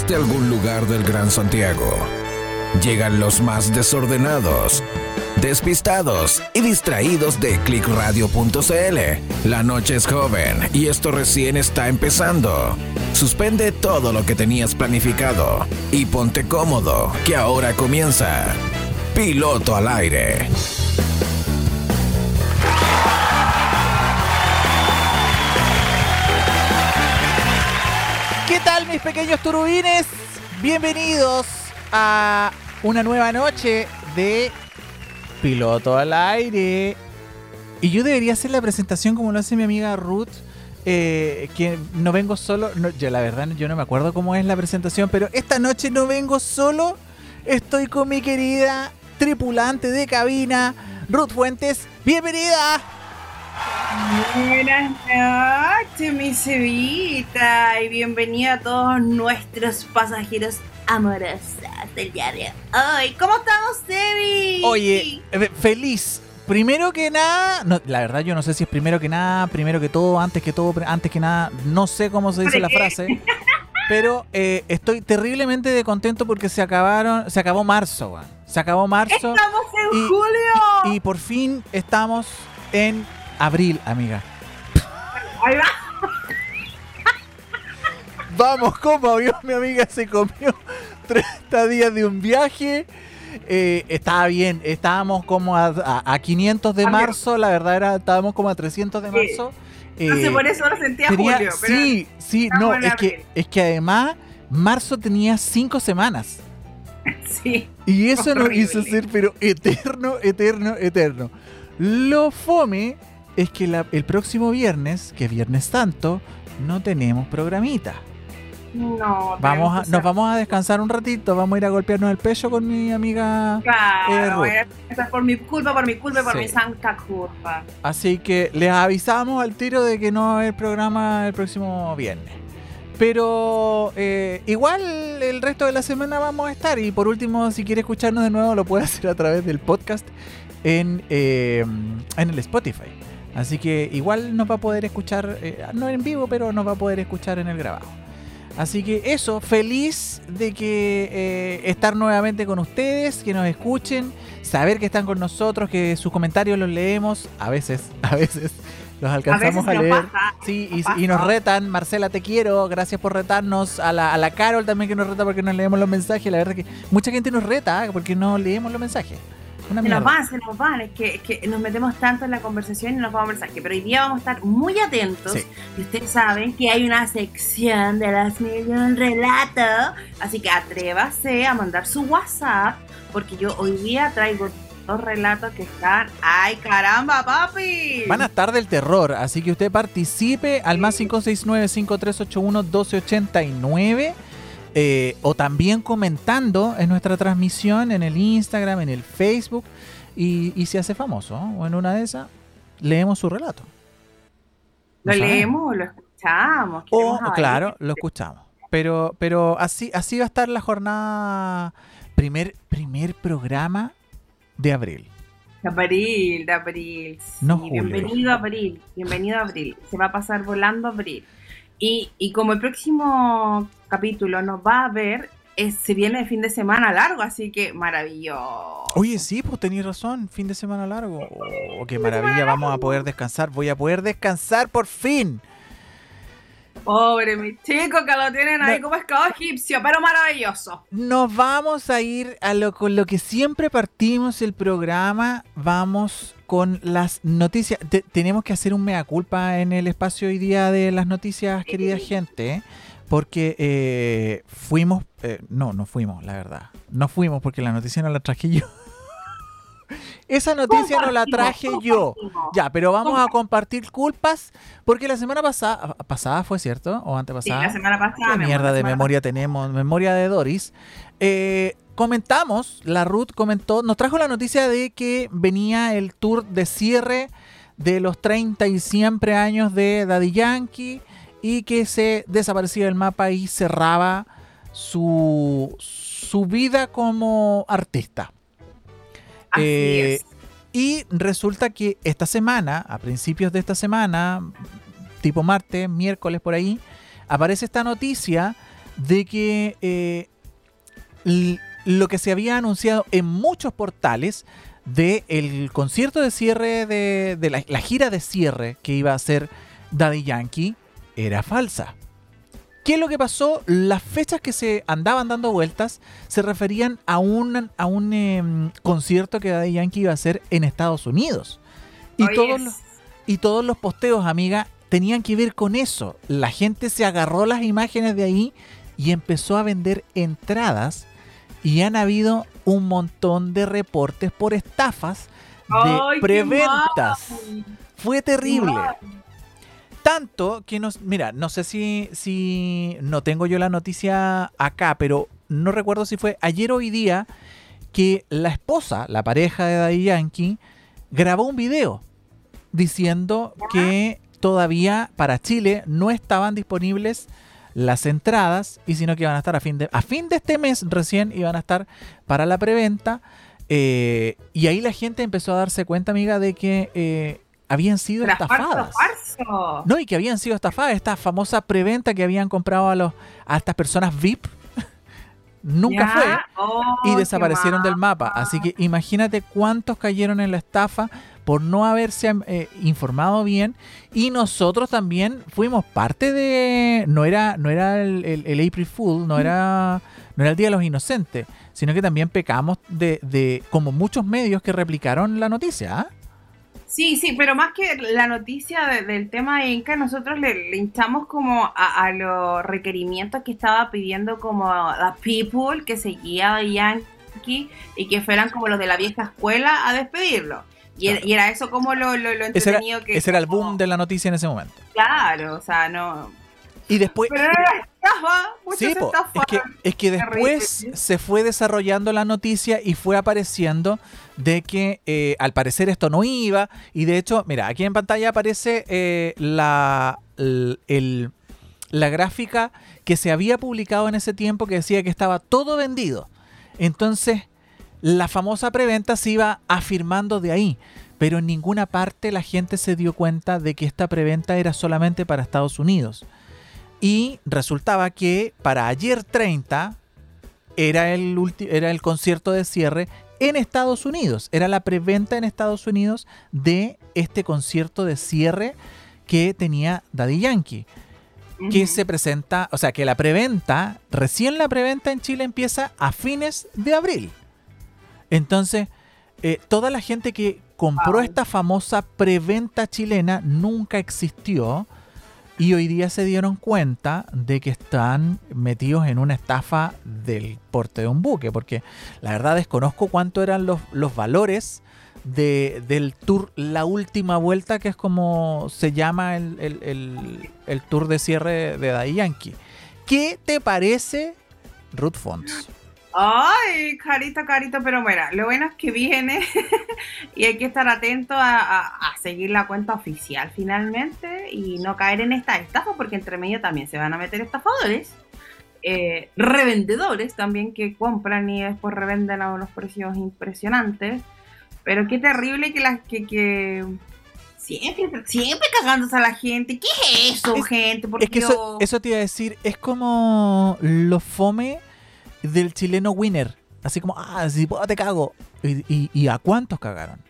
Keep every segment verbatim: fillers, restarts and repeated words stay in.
Desde algún lugar del Gran Santiago, llegan los más desordenados, despistados y distraídos de click radio punto c l. La noche es joven y esto recién está empezando. Suspende todo lo que tenías planificado y ponte cómodo, que ahora comienza Piloto al Aire. ¿Qué tal, mis pequeños turubines? Bienvenidos a una nueva noche de Piloto al Aire. Y yo debería hacer la presentación como lo hace mi amiga Ruth, eh, que no vengo solo. No, yo la verdad yo no me acuerdo cómo es la presentación, pero esta noche no vengo solo. Estoy con mi querida tripulante de cabina, Ruth Fuentes. ¡Bienvenida! Buenas noches, mi Cevita, y bienvenida a todos nuestros pasajeros amorosos del día de hoy. ¿Cómo estamos, Cevi? Oye, feliz. Primero que nada, no, la verdad yo no sé si es primero que nada, primero que todo, antes que todo, antes que nada, no sé cómo se dice la frase, pero eh, estoy terriblemente de contento porque se acabaron, se acabó marzo, man. Se acabó marzo. ¡Estamos en y, julio! Y, y por fin estamos en abril, amiga. Ahí va. Vamos, como vio mi amiga, se comió treinta días de un viaje. Eh, estaba bien, estábamos como a, a, a quinientos de marzo, la verdad era, estábamos como a trescientos de marzo. Sí. No sé, eh, por eso ahora sentía tenía, julio. Pero sí, sí, no, es que, es que además marzo tenía cinco semanas. Sí. Y eso nos hizo ser, pero eterno, eterno, eterno. Lo fome es que la, el próximo viernes, que es Viernes Santo, no tenemos programita. No, vamos a, nos vamos a descansar un ratito, vamos a ir a golpearnos el pecho con mi amiga. Claro, eh, es por mi culpa, por mi culpa, por sí. mi santa culpa. Así que les avisamos al tiro de que no va a haber programa el próximo viernes. Pero eh, igual el resto de la semana vamos a estar. Y por último, si quiere escucharnos de nuevo, lo puede hacer a través del podcast en, eh, en el Spotify. Así que igual nos va a poder escuchar, eh, no en vivo, pero nos va a poder escuchar en el grabado. Así que eso, feliz de que eh, estar nuevamente con ustedes, que nos escuchen, saber que están con nosotros, que sus comentarios los leemos, a veces, a veces los alcanzamos a, a leer. Pasa, sí, y, y nos retan. Marcela, te quiero, gracias por retarnos. A la, a la Carol también que nos reta porque no leemos los mensajes. La verdad que mucha gente nos reta porque no leemos los mensajes. Una se nos van, se nos van, es que, es que nos metemos tanto en la conversación y nos vamos a mensaje, pero hoy día vamos a estar muy atentos, sí. Y ustedes saben que hay una sección de las Million Relato, así que atrévase a mandar su WhatsApp, porque yo hoy día traigo dos relatos que están, ¡ay caramba, papi! Van a estar del terror, así que usted participe al más cinco seis nueve, cinco tres ocho uno, uno dos ocho nueve. Eh, o también comentando en nuestra transmisión en el Instagram, en el Facebook, y, y se hace famoso, ¿eh? O en una de esas leemos su relato. ¿Lo ¿No leemos o lo escuchamos? O claro, lo escuchamos. Pero, pero así, así va a estar la jornada, primer, primer programa de abril. De abril, de abril. Sí. No, bienvenido a abril, bienvenido a abril. Se va a pasar volando abril. Y, y como el próximo capítulo nos va a ver, es, se viene el fin de semana largo, así que maravilloso. Oye, sí, pues tenías razón, fin de semana largo. Oh, qué maravilla, vamos a poder descansar. Voy a poder descansar por fin. Pobre mi chico, que lo tienen ahí no. como esclavo egipcio, pero maravilloso. Nos vamos a ir a lo con lo que siempre partimos el programa. Vamos con las noticias. Te, tenemos que hacer un mea culpa en el espacio hoy día de las noticias, querida gente, ¿eh? Porque eh, fuimos... Eh, no, no fuimos, la verdad. No fuimos porque la noticia no la traje yo. Esa noticia no la traje yo. Ya, pero vamos a compartir culpas porque la semana pasada, pasada fue cierto, o antepasada. Sí, la semana pasada. ¿Qué mierda de memoria tenemos? Memoria de Doris. Eh, comentamos, la Ruth comentó, nos trajo la noticia de que venía el tour de cierre de los treinta y siempre años de Daddy Yankee y que se desaparecía del mapa y cerraba su, su vida como artista. Así eh, es. Y resulta que esta semana, a principios de esta semana, tipo martes, miércoles por ahí, aparece esta noticia de que eh, l- lo que se había anunciado en muchos portales del concierto de cierre de, de la, la gira de cierre que iba a hacer Daddy Yankee era falsa. ¿Qué es lo que pasó? Las fechas que se andaban dando vueltas se referían a un, a un eh, concierto que Daddy Yankee iba a hacer en Estados Unidos. Y, Oh, todos yes. los, y todos los posteos, amiga, tenían que ver con eso. La gente se agarró las imágenes de ahí y empezó a vender entradas. Y han habido un montón de reportes por estafas de Ay, qué preventas. mal. Fue terrible. Mal. Tanto que nos, mira, no sé si, si no tengo yo la noticia acá, pero no recuerdo si fue ayer o hoy día que la esposa, la pareja de Daddy Yankee, grabó un video diciendo que todavía para Chile no estaban disponibles las entradas y sino que iban a estar a fin de, a fin de este mes recién iban a estar para la preventa. Eh, y ahí la gente empezó a darse cuenta, amiga, de que eh, habían sido Pero estafadas. Farso, farso. No, y que habían sido estafadas. Esta famosa preventa que habían comprado a, los, a estas personas V I P nunca Ya. fue. Oh, Y qué desaparecieron del mal. mapa. Así que imagínate cuántos cayeron en la estafa por no haberse eh, informado bien. Y nosotros también fuimos parte de... No era, no era el, el- el April Fool, no era, no era el Día de los Inocentes, sino que también pecamos de, de como muchos medios que replicaron la noticia. ¿Ah? Sí, sí, pero más que la noticia de- del tema de Inca, nosotros le, le hinchamos como a, a los requerimientos que estaba pidiendo como la people que seguía a Yankee y que fueran como los de la vieja escuela a despedirlo. Y, Claro. era, y era eso como lo, lo, lo Ese era, entretenido que... ese era el como- boom de la noticia en ese momento. Claro, o sea, no... Y después... Pero era estafa, muchos Sí, po, estafas. es que, es que después Terrible. se fue desarrollando la noticia y fue apareciendo de que eh, al parecer esto no iba. Y de hecho, mira, aquí en pantalla aparece eh, la, el- el- la gráfica que se había publicado en ese tiempo que decía que estaba todo vendido. Entonces, la famosa preventa se iba afirmando de ahí. Pero en ninguna parte la gente se dio cuenta de que esta preventa era solamente para Estados Unidos. Y resultaba que para ayer treinta era el, ulti- era el concierto de cierre en Estados Unidos. Era la preventa en Estados Unidos de este concierto de cierre que tenía Daddy Yankee. Que Ujú. se presenta, o sea, que la preventa, recién la preventa en Chile empieza a fines de abril. Entonces, eh, toda la gente que compró Wow. esta famosa preventa chilena nunca existió. Y hoy día se dieron cuenta de que están metidos en una estafa del porte de un buque, porque la verdad desconozco cuánto eran los, los valores de, del tour La Última Vuelta, que es como se llama el, el- el- el tour de cierre de Daddy Yankee. ¿Qué te parece, Ruth Fonts? Ay, carito, carito, pero mira, lo bueno es que viene y hay que estar atento a, a- a seguir la cuenta oficial finalmente y no caer en esta estafa porque entre medio también se van a meter estafadores, eh, revendedores también que compran y después revenden a unos precios impresionantes, pero qué terrible que las que, que siempre, siempre cagándose a la gente. ¿Qué es eso, Es- gente? Por Es que eso, Dios. eso te iba a decir, es como lo fome del chileno winner. Así como, ah, si puedo te cago. ¿Y, y, y a cuántos cagaron?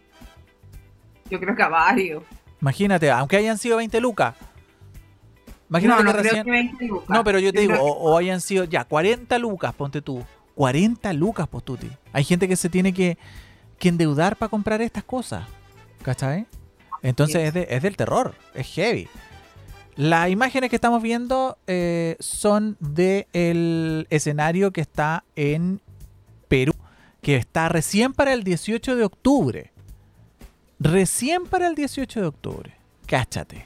Yo creo que a varios. Imagínate, aunque hayan sido veinte lucas. Imagínate No, no que creo recién... que veinte lucas. No, pero yo te Yo digo, creo o, o hayan sido ya cuarenta lucas, ponte tú. cuarenta lucas, postuti. Hay gente que se tiene que, que endeudar para comprar estas cosas. ¿Cachai? Entonces es, de- es del terror, es heavy. Las imágenes que estamos viendo eh, son del escenario que está en Perú, que está recién para el dieciocho de octubre. Recién para el dieciocho de octubre. Cáchate.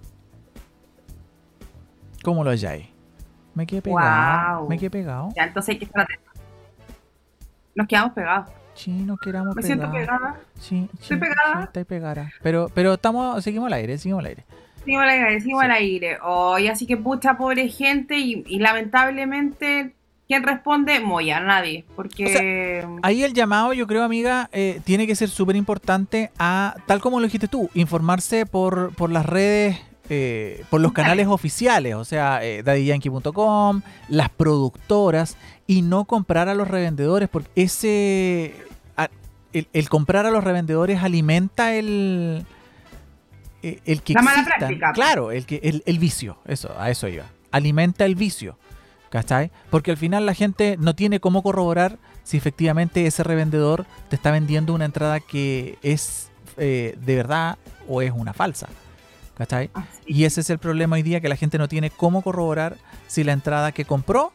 ¿Cómo lo halláis? Me quedé pegado. Guau. Me quedé pegado. Ya, entonces hay que estar atentos. Nos quedamos pegados. Chino, que éramos Me siento pegados. pegada. Sí, Estoy sí, pegada. sí, estoy pegada. Pero, pero estamos, seguimos al aire, seguimos al aire. Seguimos al aire, seguimos Sí. al aire. Hoy, así que pucha, pobre gente. Y, y lamentablemente, ¿quién responde? Moya, nadie. Porque. Ahí el llamado, yo creo, amiga, eh, tiene que ser súper importante a, tal como lo dijiste tú, informarse por, por las redes eh, por los canales oficiales, o sea, eh, daddy yankee punto com, las productoras, y no comprar a los revendedores, porque ese a, el, el comprar a los revendedores alimenta el el, el que la mala existan, práctica. claro, el que el, el vicio, eso, a eso iba, alimenta el vicio, ¿cachai? Porque al final la gente no tiene cómo corroborar si efectivamente ese revendedor te está vendiendo una entrada que es eh, de verdad o es una falsa, ¿cachai? Ah, sí. Y ese es el problema hoy día, que la gente no tiene cómo corroborar si la entrada que compró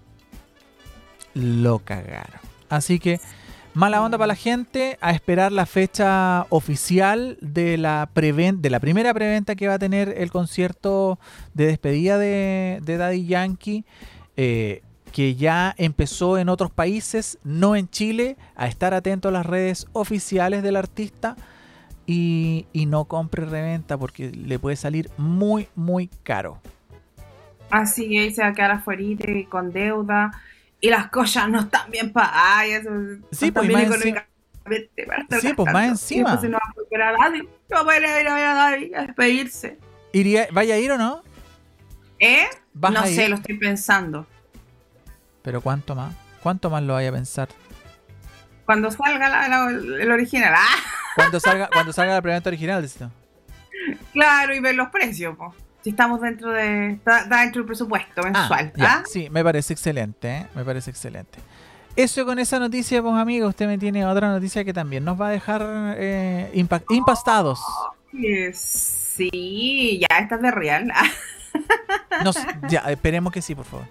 lo cagaron. Así que mala onda para la gente, a esperar la fecha oficial de la preven- de la primera preventa que va a tener el concierto de despedida de, de Daddy Yankee, eh, que ya empezó en otros países, no en Chile. A estar atento a las redes oficiales del artista y, y no compre reventa, porque le puede salir muy muy caro. Así que ahí se va a quedar afuera y con deuda. Y las cosas no están bien pagadas. Eso Sí, no pues, están bien más económicamente para estar Sí, pues, más gastando. encima. Y después se no va a poder ver a nadie. No va a poder ir a ver a nadie a despedirse. ¿Iría, ¿Vaya a ir o no? ¿Eh? ¿Vas No a sé, ir? lo estoy pensando. Pero ¿cuánto más? ¿Cuánto más lo vaya a pensar? Cuando salga la- la- el original. ¡Ah! Cuando salga, cuando salga la preventa original, dices tú. Claro, y ver los precios, po. Si estamos dentro de. Está, está dentro del presupuesto mensual. Ah, ya, ¿Ah? sí, me parece excelente, ¿eh? Me parece excelente. Eso con esa noticia, pues amigos, usted me tiene otra noticia que también nos va a dejar eh, impact- impastados. Eh, Sí, ya estás de real. Nos, ya, esperemos que sí, por favor.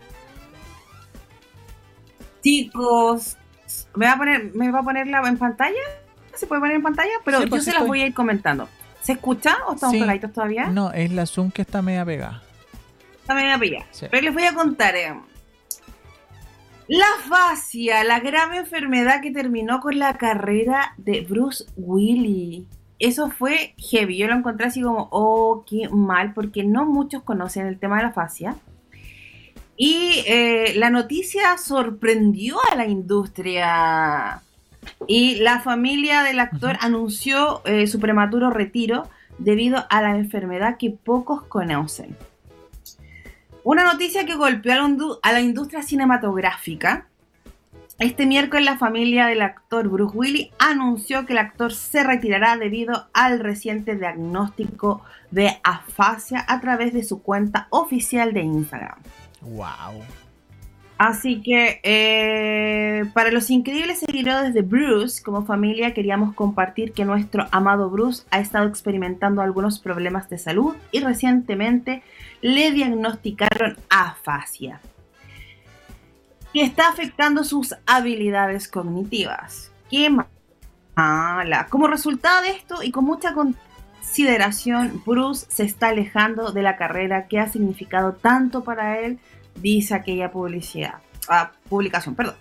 Chicos, ¿me va a poner, me va a ponerla en pantalla? ¿Se puede poner en pantalla? Pero Sí, yo pues, se sí las estoy. voy a ir comentando. ¿Se escucha o estamos Sí. pegaditos todavía? No, es la Zoom que está media pegada. Está media pilla. Sí. Pero les voy a contar. eh. La fascia, la grave enfermedad que terminó con la carrera de Bruce Willis. Eso fue heavy. Yo lo encontré así como, oh, qué mal, porque no muchos conocen el tema de la fascia. Y eh, la noticia sorprendió a la industria. Y la familia del actor Ujú. anunció eh, su prematuro retiro debido a la enfermedad que pocos conocen. Una noticia que golpeó a la, indu- a la industria cinematográfica. Este miércoles la familia del actor Bruce Willis anunció que el actor se retirará debido al reciente diagnóstico de afasia a través de su cuenta oficial de Instagram. Wow. Así que eh, para los increíbles seguidores de Bruce, como familia queríamos compartir que nuestro amado Bruce ha estado experimentando algunos problemas de salud y recientemente le diagnosticaron afasia, que está afectando sus habilidades cognitivas. ¡Qué mala! Como resultado de esto y con mucha consideración, Bruce se está alejando de la carrera que ha significado tanto para él, dice aquella publicidad, ah, publicación, perdón.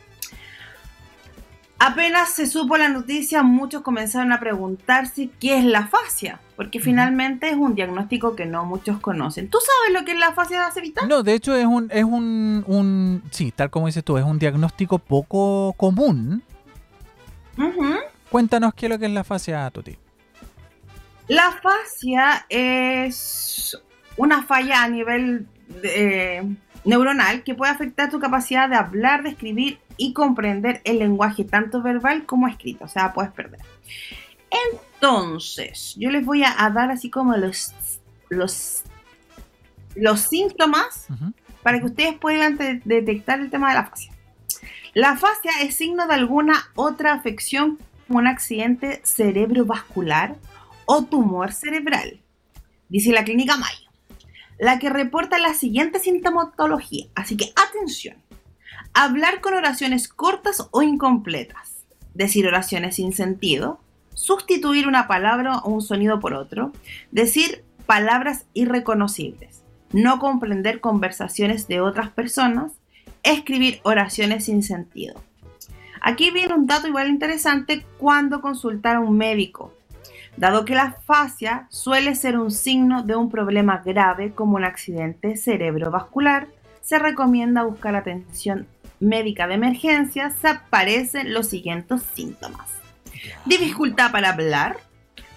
Apenas se supo la noticia, muchos comenzaron a preguntarse qué es la afasia, porque finalmente es un diagnóstico que no muchos conocen. ¿Tú sabes lo que es la afasia, Cevita? No, de hecho es un, es un, un, sí, tal como dices tú, es un diagnóstico poco común. Uh-huh. Cuéntanos qué es lo que es la fascia, Tuti. La afasia es una falla a nivel eh, neuronal que puede afectar tu capacidad de hablar, de escribir y comprender el lenguaje tanto verbal como escrito. O sea, puedes perder. Entonces, yo les voy a, a dar así como los, los, los síntomas Uh-huh. para que ustedes puedan de- detectar el tema de la afasia. La afasia es signo de alguna otra afección como un accidente cerebrovascular o tumor cerebral, dice la clínica Mayo, la que reporta la siguiente sintomatología. Así que atención: hablar con oraciones cortas o incompletas, decir oraciones sin sentido, sustituir una palabra o un sonido por otro, decir palabras irreconocibles, no comprender conversaciones de otras personas, escribir oraciones sin sentido. Aquí viene un dato igual interesante cuando consultar a un médico. Dado que la afasia suele ser un signo de un problema grave como un accidente cerebrovascular, se recomienda buscar atención médica de emergencia si aparecen los siguientes síntomas: dificultad para hablar,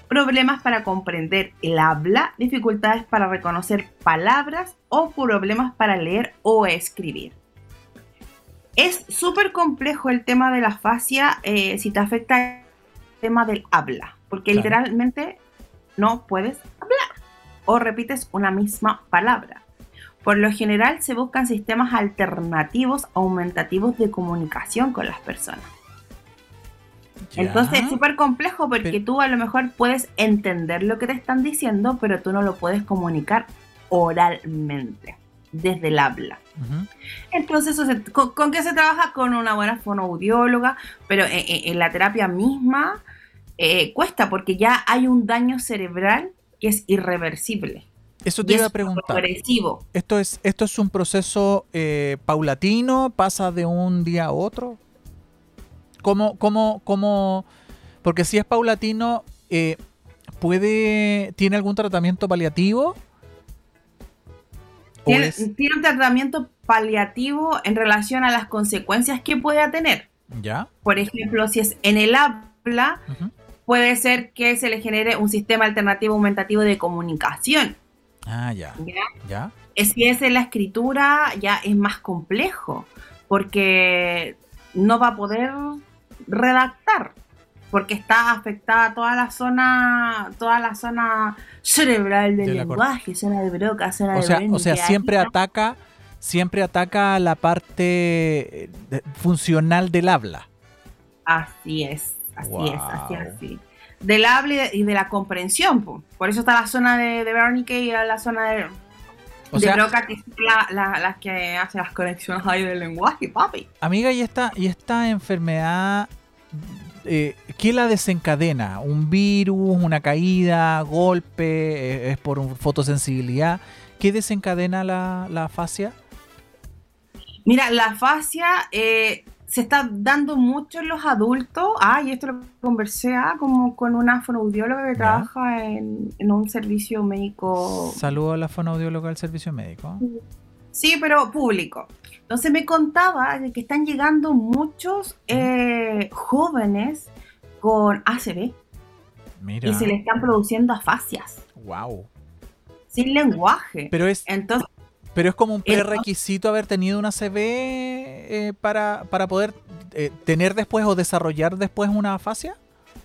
problemas para comprender el habla, dificultades para reconocer palabras o problemas para leer o escribir. Es súper complejo el tema de la afasia eh, si te afecta el tema del habla, porque claro. literalmente no puedes hablar o repites una misma palabra. Por lo general se buscan sistemas alternativos aumentativos de comunicación con las personas. Ya. Entonces es súper complejo porque pero... tú a lo mejor puedes entender lo que te están diciendo, pero tú no lo puedes comunicar oralmente, desde el habla. Uh-huh. Entonces, o sea, ¿con, ¿con qué se trabaja? Con una buena fonoaudióloga, pero en, en la terapia misma eh, cuesta porque ya hay un daño cerebral que es irreversible. Eso te iba a preguntar. ¿Esto es, esto es un proceso eh, paulatino? ¿Pasa de un día a otro? ¿Cómo, cómo, cómo? Porque si es paulatino, eh, ¿puede, ¿tiene algún tratamiento paliativo? Tiene, es... tiene un tratamiento paliativo en relación a las consecuencias que pueda tener. ¿Ya? Por ejemplo, si es en el habla, uh-huh. puede ser que se le genere un sistema alternativo aumentativo de comunicación. Ah, ya. ¿Ya? ¿Ya? Si es en la escritura, ya es más complejo, porque no va a poder redactar, porque está afectada toda la zona, toda la zona cerebral del de lenguaje, cor- zona de Broca, zona o de sea, Brenner, o sea, siempre ataca, siempre ataca la parte funcional del habla. Así es, así wow. es, así es, así. Del habla y de, y de la comprensión, po. Por eso está la zona de, de Wernicke y la zona de, o de sea, Broca, que es la, la, las que hacen las conexiones ahí del lenguaje, papi. Amiga, ¿y esta, y esta enfermedad eh, qué la desencadena? ¿Un virus, una caída, golpe, eh, es por un, fotosensibilidad? ¿Qué desencadena la, la afasia? Mira, la afasia eh, se está dando mucho en los adultos. Ah, y esto lo conversé ah, como con una fonoaudióloga que trabaja en, en un servicio médico. Saludo a la fonoaudióloga del servicio médico. Sí, pero público. Entonces me contaba de que están llegando muchos eh, jóvenes con A C V. Mira. Y se le están produciendo afasias. Wow. Sin lenguaje. Pero es, entonces, pero es como un prerequisito haber tenido una A C V eh, para, para poder eh, tener después o desarrollar después una afasia.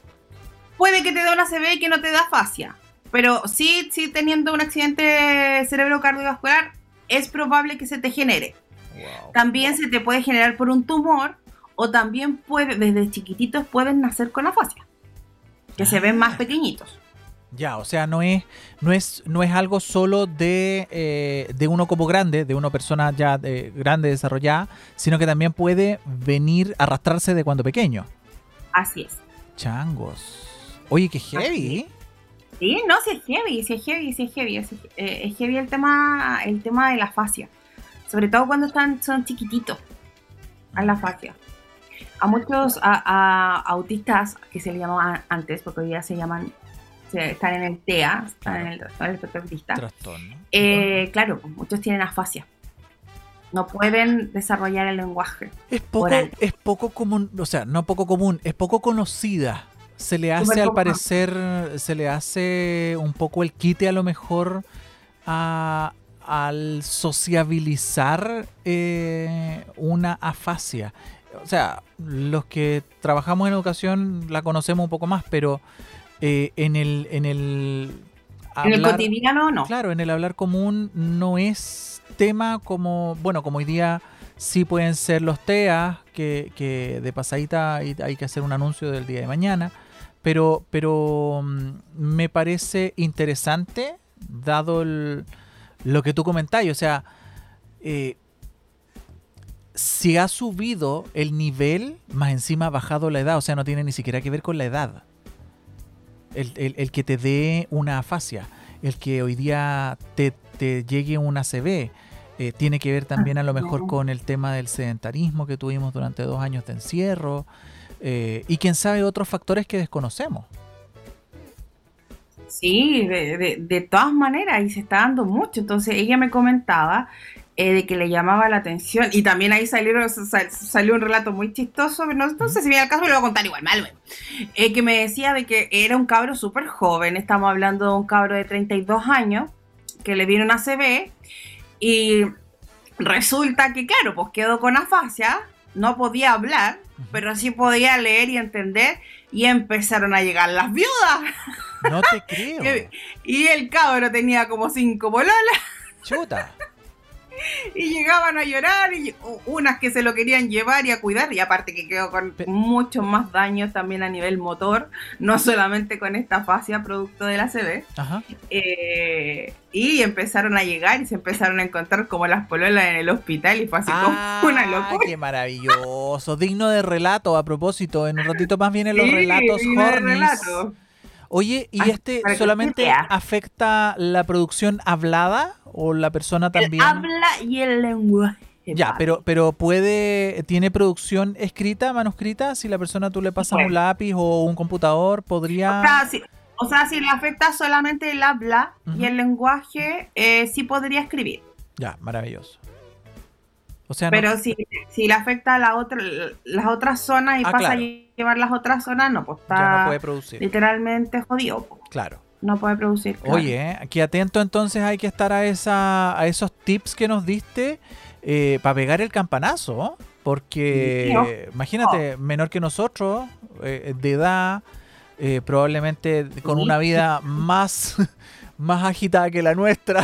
Puede que te dé una A C V y que no te da afasia. Pero sí, sí teniendo un accidente cerebro-cardiovascular, es probable que se te genere. Wow. También se te puede generar por un tumor, o también puede, desde chiquititos pueden nacer con afasia, que ah. se ven más pequeñitos. Ya, o sea, no es, no es, no es algo solo de, eh, de uno como grande, de una persona ya de, grande, desarrollada, sino que también puede venir, arrastrarse de cuando pequeño. Así es. Changos. Oye, qué heavy. Sí, no, sí es heavy, sí es heavy, sí es heavy. Es, eh, es heavy el tema, el tema de la afasia. Sobre todo cuando están, son chiquititos a la afasia. A muchos a, a autistas, que se le llamaban antes, porque hoy día se llaman, se, están en el T E A, están en el trastorno espectro autista. Trastorno. Eh, claro, muchos tienen afasia. No pueden desarrollar el lenguaje. Es poco, oral. Es poco común, o sea, no poco común, es poco conocida. Se le hace, Super al parecer, se le hace un poco el quite a lo mejor a, al sociabilizar eh, una afasia. O sea, los que trabajamos en educación la conocemos un poco más, pero eh, en el en el hablar, en el cotidiano no. Claro, en el hablar común no es tema como, bueno, como hoy día sí pueden ser los T E A, que, que de pasadita hay, hay que hacer un anuncio del día de mañana. Pero, pero me parece interesante, dado el, lo que tú comentabas. O sea, eh, si ha subido el nivel, más encima ha bajado la edad. O sea, no tiene ni siquiera que ver con la edad. El, el, el que te dé una afasia, el que hoy día te, te llegue una A C V, eh, tiene que ver también a lo mejor con el tema del sedentarismo que tuvimos durante dos años de encierro. Eh, y quién sabe otros factores que desconocemos. Sí, de, de, de todas maneras, y se está dando mucho. Entonces ella me comentaba eh, de que le llamaba la atención, y también ahí salieron, sal, salió un relato muy chistoso, no, no sé si viene al caso, pero lo voy a contar igual, mal, bueno. eh, que me decía de que era un cabro súper joven, estamos hablando de un cabro de treinta y dos años, que le vino una A C V, y resulta que, claro, pues quedó con afasia, no podía hablar, pero sí podía leer y entender, y empezaron a llegar las viudas. No te creo. Y el cabro tenía como cinco pololas. Chuta. Y llegaban a llorar, y unas que se lo querían llevar y a cuidar, y aparte que quedó con muchos más daños también a nivel motor, no solamente con esta afasia producto de la A C V. Ajá. Eh, y empezaron a llegar y se empezaron a encontrar como las pololas en el hospital, y fue así ah, como una locura. ¡Qué maravilloso! Digno de relato. A propósito, en un ratito más vienen los sí, relatos hornis. Relato. Oye, ¿y Ay, este solamente afecta la producción hablada o la persona también? El habla y el lenguaje. Ya, pero, pero puede, ¿tiene producción escrita, manuscrita? Si la persona tú le pasas bueno. un lápiz o un computador, podría... O sea, si, o sea, si le afecta solamente el habla uh-huh. y el lenguaje, eh, sí podría escribir. Ya, maravilloso. O sea, pero no... si, si le afecta a la otra, las otras zonas y ah, pasa claro. a llevar las otras zonas, no, pues está ya no puede producir. Literalmente jodido. Claro. No puede producir. Claro. Oye, aquí atento entonces hay que estar a esa a esos tips que nos diste eh, para pegar el campanazo, porque sí, no. imagínate, menor que nosotros, eh, de edad, eh, probablemente con sí. una vida más, más agitada que la nuestra.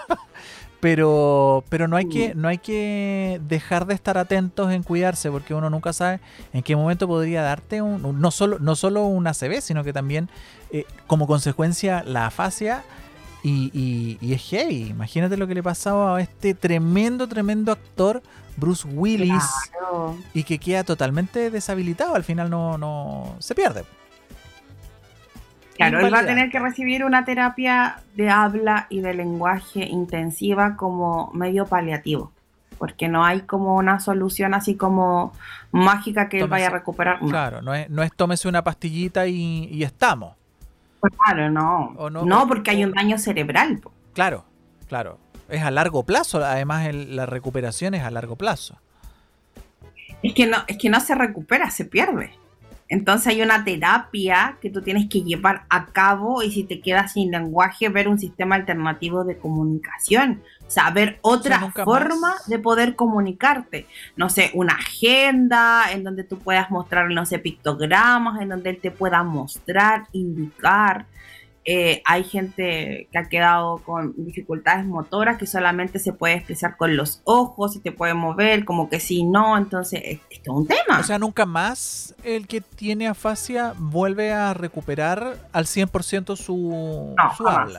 Pero, pero no hay que, no hay que dejar de estar atentos en cuidarse, porque uno nunca sabe en qué momento podría darte un, no solo, no solo una A C V, sino que también eh, como consecuencia la afasia, y, y, y es heavy. Imagínate lo que le pasaba a este tremendo, tremendo actor Bruce Willis, claro. y que queda totalmente deshabilitado, al final no, no se pierde. Claro, él va a tener que recibir una terapia de habla y de lenguaje intensiva como medio paliativo, porque no hay como una solución así como mágica que tómese, él vaya a recuperar. No. Claro, no es, no es tómese una pastillita y, y estamos. Claro, no. no, no, porque hay un daño cerebral. Po. Claro, claro. Es a largo plazo, además el, la recuperación es a largo plazo. Es que no, es que no se recupera, se pierde. Entonces hay una terapia que tú tienes que llevar a cabo, y si te quedas sin lenguaje, ver un sistema alternativo de comunicación. O sea, ver otra o sea, forma más. de poder comunicarte. No sé, una agenda en donde tú puedas mostrar, no sé, pictogramas, en donde él te pueda mostrar, indicar. Eh, hay gente que ha quedado con dificultades motoras que solamente se puede expresar con los ojos y te puede mover, como que sí, no, entonces esto es un tema. O sea, nunca más el que tiene afasia vuelve a recuperar al cien por ciento su, no, su habla.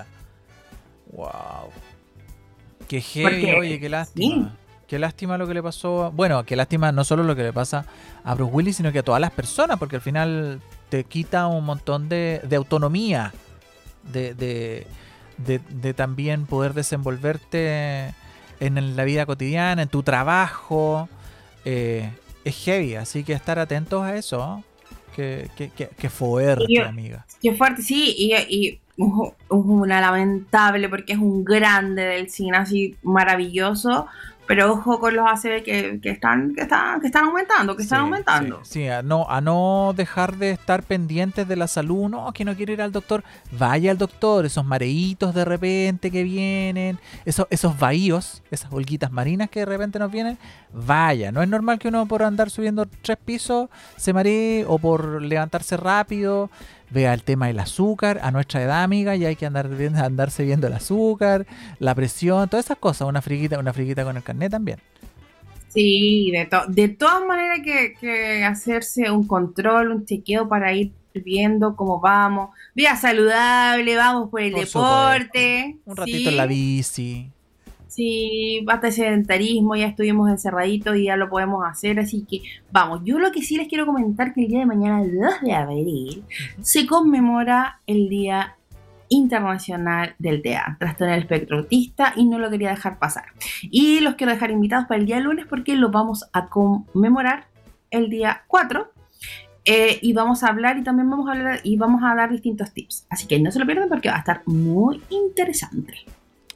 Wow. Qué heavy, Porque, oye, qué lástima. Sí. Qué lástima lo que le pasó. Bueno, qué lástima no solo lo que le pasa a Bruce Willis, sino que a todas las personas, porque al final te quita un montón de, de autonomía. De, de, de, de también poder desenvolverte en la vida cotidiana, en tu trabajo. Eh, es heavy, así que estar atentos a eso. Que, que, que, que fuerte, y, amiga. Qué fuerte, sí, y, y uh, una lamentable, porque es un grande del cine, así maravilloso. Pero ojo con los A C V que, que, están, que, están, que están aumentando, que sí, están aumentando. Sí, sí, a no, a no dejar de estar pendientes de la salud. No, que no quiere ir al doctor. Vaya al doctor. Esos mareitos de repente que vienen, esos, esos bahíos, esas holguitas marinas que de repente nos vienen. Vaya, no es normal que uno por andar subiendo tres pisos se maree, o por levantarse rápido. Vea el tema del azúcar, a nuestra edad, amiga, ya hay que andar viendo, andarse viendo el azúcar, la presión, todas esas cosas, una friguita, una friguita con el carnet también. Sí, de, to- de todas maneras que, que hacerse un control, un chequeo para ir viendo cómo vamos, vida saludable, vamos por el por deporte. Supuesto. Un ratito ¿sí? en la bici. Sí, basta el sedentarismo, ya estuvimos encerraditos y ya lo podemos hacer, así que vamos. Yo lo que sí les quiero comentar que el día de mañana, dos de abril, uh-huh. se conmemora el Día Internacional del T E A, Trastorno del Espectro Autista, y no lo quería dejar pasar. Y los quiero dejar invitados para el día lunes, porque lo vamos a conmemorar el día cuatro, eh, y vamos a hablar y también vamos a hablar y vamos a dar distintos tips. Así que no se lo pierdan porque va a estar muy interesante.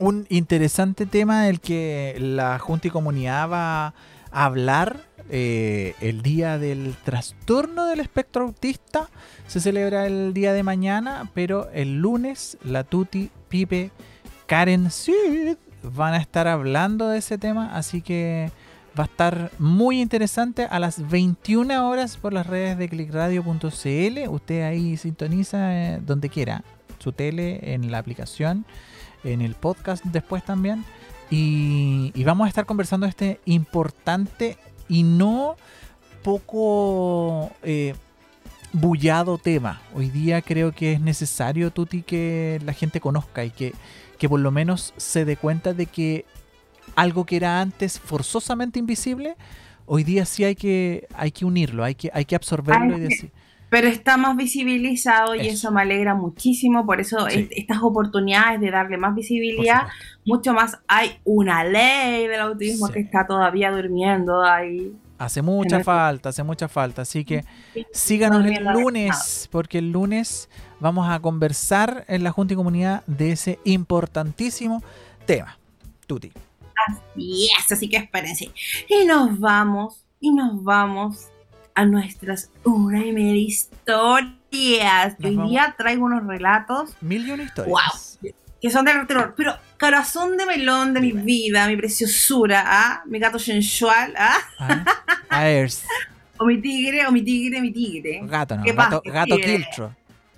un interesante tema del que la Junta y Comunidad va a hablar eh, el día del trastorno del espectro autista. Se celebra el día de mañana, pero el lunes la Tuti, Pipe, Karen Sid van a estar hablando de ese tema, así que va a estar muy interesante a las veintiuna horas por las redes de click radio punto c l. Usted ahí sintoniza eh, donde quiera, su tele, en la aplicación, en el podcast después también. Y, y vamos a estar conversando de este importante y no poco eh, bullado tema. Hoy día creo que es necesario, Tuti, que la gente conozca y que, que por lo menos se dé cuenta de que algo que era antes forzosamente invisible, hoy día sí hay que, hay que unirlo, hay que, hay que absorberlo. Ay, y decir... Pero está más visibilizado y eso. eso me alegra muchísimo. Por eso sí. est- estas oportunidades de darle más visibilidad, mucho más. Hay una ley del autismo sí. que está todavía durmiendo ahí. Hace mucha el... falta, hace mucha falta. Así que sí, síganos el lunes, porque el lunes vamos a conversar en la Junta y Comunidad de ese importantísimo tema. Tuti. Así es, así que espérense. Y nos vamos, y nos vamos a nuestras una y media historias. Hoy día traigo unos relatos. Mil y una historias. Wow, que son del terror. Pero corazón de melón de mi vida, mi preciosura, ¿ah? Mi gato sensual, ¿ah? A ver. O mi tigre, o mi tigre, mi tigre. Gato, no. Gato, gato Kiltro.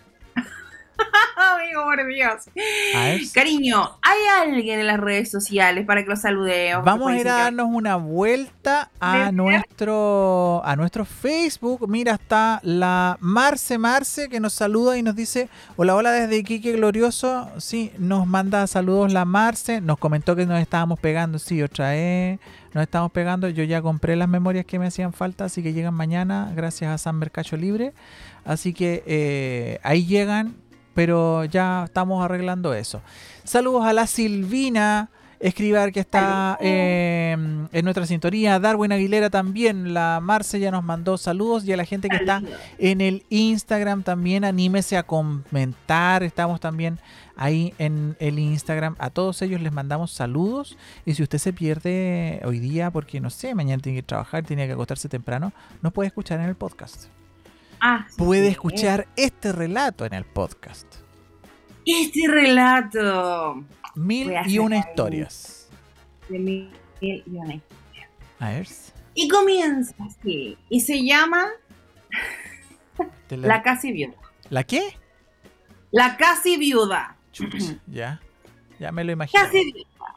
Amigo, por Dios. Cariño, ¿hay alguien en las redes sociales para que lo saludemos? Vamos a ir a darnos una vuelta a nuestro a nuestro Facebook. Mira, está la Marce Marce que nos saluda y nos dice: hola, hola desde Iquique Glorioso. Sí, nos manda saludos la Marce. Nos comentó que nos estábamos pegando. Sí, otra vez nos estamos pegando. Yo ya compré las memorias que me hacían falta, así que llegan mañana gracias a San Mercacho Libre. Así que eh, ahí llegan. Pero ya estamos arreglando eso. Saludos a la Silvina Escribar, que está eh, en nuestra sintonía. Darwin Aguilera también. La Marce ya nos mandó saludos. Y a la gente que está en el Instagram también, anímese a comentar. Estamos también ahí en el Instagram. A todos ellos les mandamos saludos. Y si usted se pierde hoy día, porque no sé, mañana tiene que trabajar, tiene que acostarse temprano, nos puede escuchar en el podcast. Ah, sí, puede escuchar sí. este relato en el podcast. Este relato. Mil y una historias. De mil y una historias. A ver. Y comienza así. Y se llama la... la casi viuda. ¿La qué? La casi viuda. Chuch, ya. Ya me lo imagino. Casi viuda.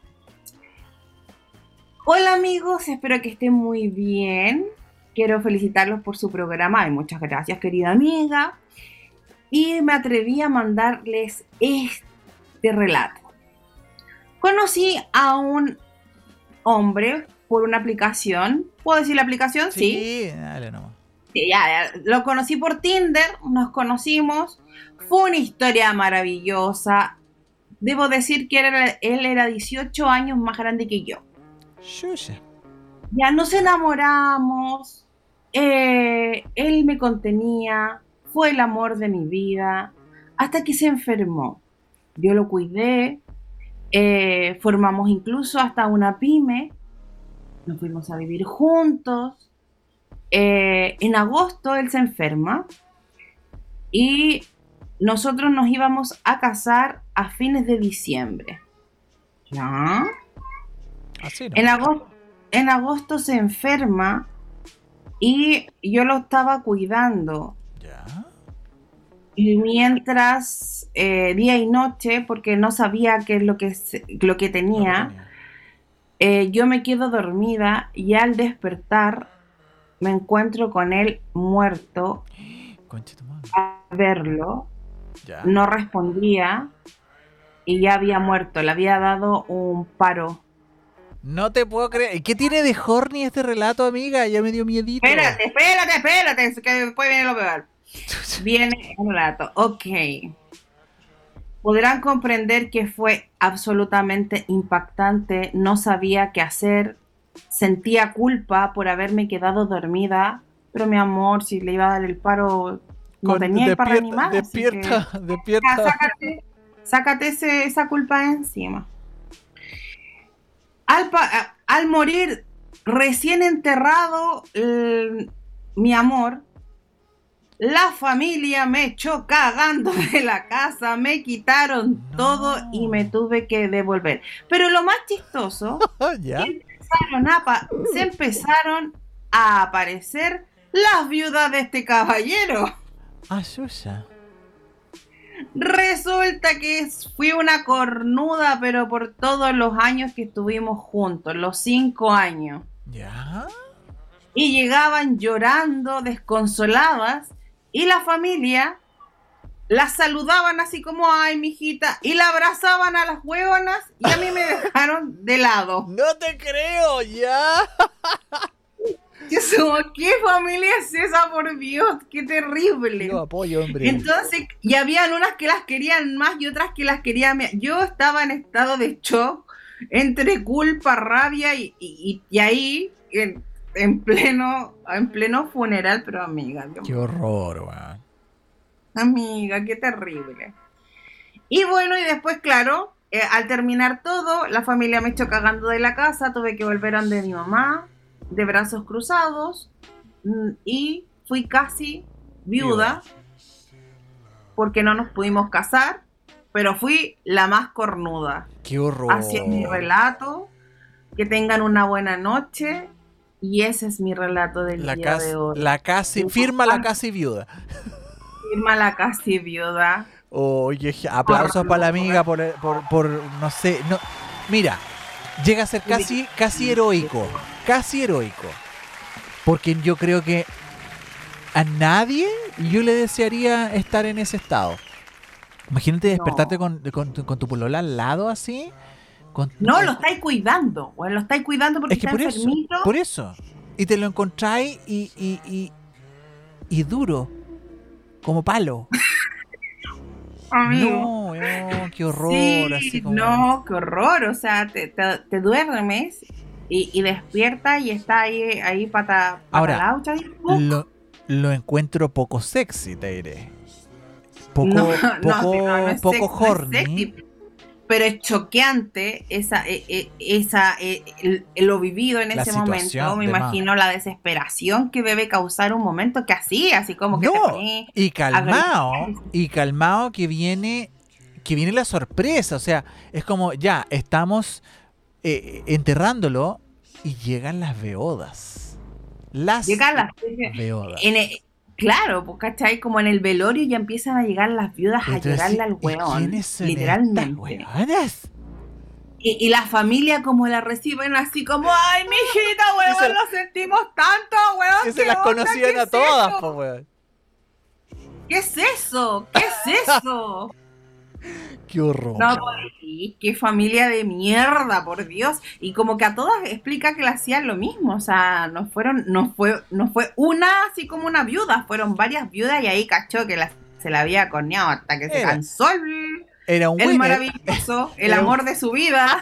Hola amigos, espero que estén muy bien. Quiero felicitarlos por su programa y muchas gracias, querida amiga. Y me atreví a mandarles este relato. Conocí a un hombre por una aplicación. ¿Puedo decir la aplicación? Sí. Sí, dale nomás. Sí, ya, ya. Lo conocí por Tinder, nos conocimos. Fue una historia maravillosa. Debo decir que era, él era dieciocho años más grande que yo. Shusha. Ya nos enamoramos. Eh, él me contenía, fue el amor de mi vida, hasta que se enfermó. Yo lo cuidé, eh, formamos incluso hasta una pyme, nos fuimos a vivir juntos. Eh, en agosto él se enferma y nosotros nos íbamos a casar a fines de diciembre. ¿Ya? Así no. En agosto, en agosto se enferma. Y yo lo estaba cuidando. ¿Ya? Y mientras, eh, día y noche, porque no sabía qué es lo que, lo que tenía, no tenía. Eh, yo me quedo dormida y al despertar me encuentro con él muerto. Concha tu madre. A verlo. ¿Ya? No respondía y ya había muerto. Le había dado un paro. No te puedo creer. ¿Qué tiene de horny este relato, amiga? Ya me dio miedito. Espérate, espérate, espérate, que después viene lo peor. Viene el relato. Ok. Podrán comprender que fue absolutamente impactante. No sabía qué hacer. Sentía culpa por haberme quedado dormida. Pero mi amor, si le iba a dar el paro, no Con, tenía el para reanimar. Despierta, que, despierta. Sácate, sácate ese, esa culpa encima. al, pa- al morir recién enterrado el, mi amor, la familia me echó cagando de la casa, me quitaron No. todo y me tuve que devolver. Pero lo más chistoso, ¿Ya? empezaron a pa- se empezaron a aparecer las viudas de este caballero. Ah, Yuya. Resulta que fui una cornuda, pero por todos los años que estuvimos juntos, los cinco años. ¿Ya? Y llegaban llorando, desconsoladas, y la familia las saludaban así como, ay, mijita, y la abrazaban a las huevonas y a mí me dejaron de lado. No te creo, ya. Eso, ¿qué familia es esa, por Dios? ¡Qué terrible! Yo apoyo, hombre. Entonces, y habían unas que las querían más y otras que las querían menos. Yo estaba en estado de shock, entre culpa, rabia, y, y, y ahí, en, en pleno en pleno funeral, pero amiga, Dios Qué mío. horror, weón. Amiga, qué terrible. Y bueno, y después, claro, eh, al terminar todo, la familia me echó cagando de la casa, tuve que volver a donde mi mamá, de brazos cruzados, mm, y fui casi viuda, porque no nos pudimos casar, pero fui la más cornuda. Qué horror. Así es mi relato. Que tengan una buena noche. Y ese es mi relato del La, día casi, de hoy. la casi, Sí, firma papá. la casi viuda. Firma la casi viuda. Oye, aplausos para la amiga por, por, por, no sé, no. Mira, llega a ser casi, casi heroico, casi heroico. Porque yo creo que a nadie yo le desearía estar en ese estado. Imagínate despertarte No. con, con, tu- con tu polola al lado así. Con, No, lo estáis cuidando. Bueno, lo estáis cuidando porque es que está por eso, enfermito. por eso. Y te lo encontráis y, y, y, y duro, como palo. Amigo. No, no, qué horror. Sí, así como... no, qué horror. O sea, te, te, te duermes y, y despiertas y está ahí, ahí pata, pata Ahora, laucha, y ¡pum! Lo, lo encuentro poco sexy, te diré. Poco, No, no, poco, sí, no, no es poco sexy, no es horny. sexy, pero es choqueante esa, eh, eh, esa eh, el- lo vivido en La ese situación, momento. Me de más. imagino la desesperación que debe causar un momento que así, así como que te No, poní y calmado, a gritar. y calmado que viene, que viene la sorpresa. O sea, es como, ya, estamos eh, enterrándolo y llegan las beodas. Las Llega la beodas. en el- claro, pues, ¿cachai? Como en el velorio ya empiezan a llegar las viudas a Entonces, llorarle al ¿y weón, quiénes son literalmente. estas weonas? Y, y la familia como la reciben así como, ay, mijita, Que se weón, la- lo sentimos tanto, weón. Que se ¿qué las onda? conocían ¿Qué a es todas, eso? po, weón. ¿Qué es eso? ¿Qué es eso? Qué horror. No, pues, qué familia de mierda, por Dios. Y como que a todas explica que le hacían lo mismo. O sea, no fueron, no fue, no fue una así como una viuda, fueron varias viudas y ahí cachó que la- se la había corneado hasta que se Era. cansó el, Era un el winner. maravilloso, el Era un- amor de su vida,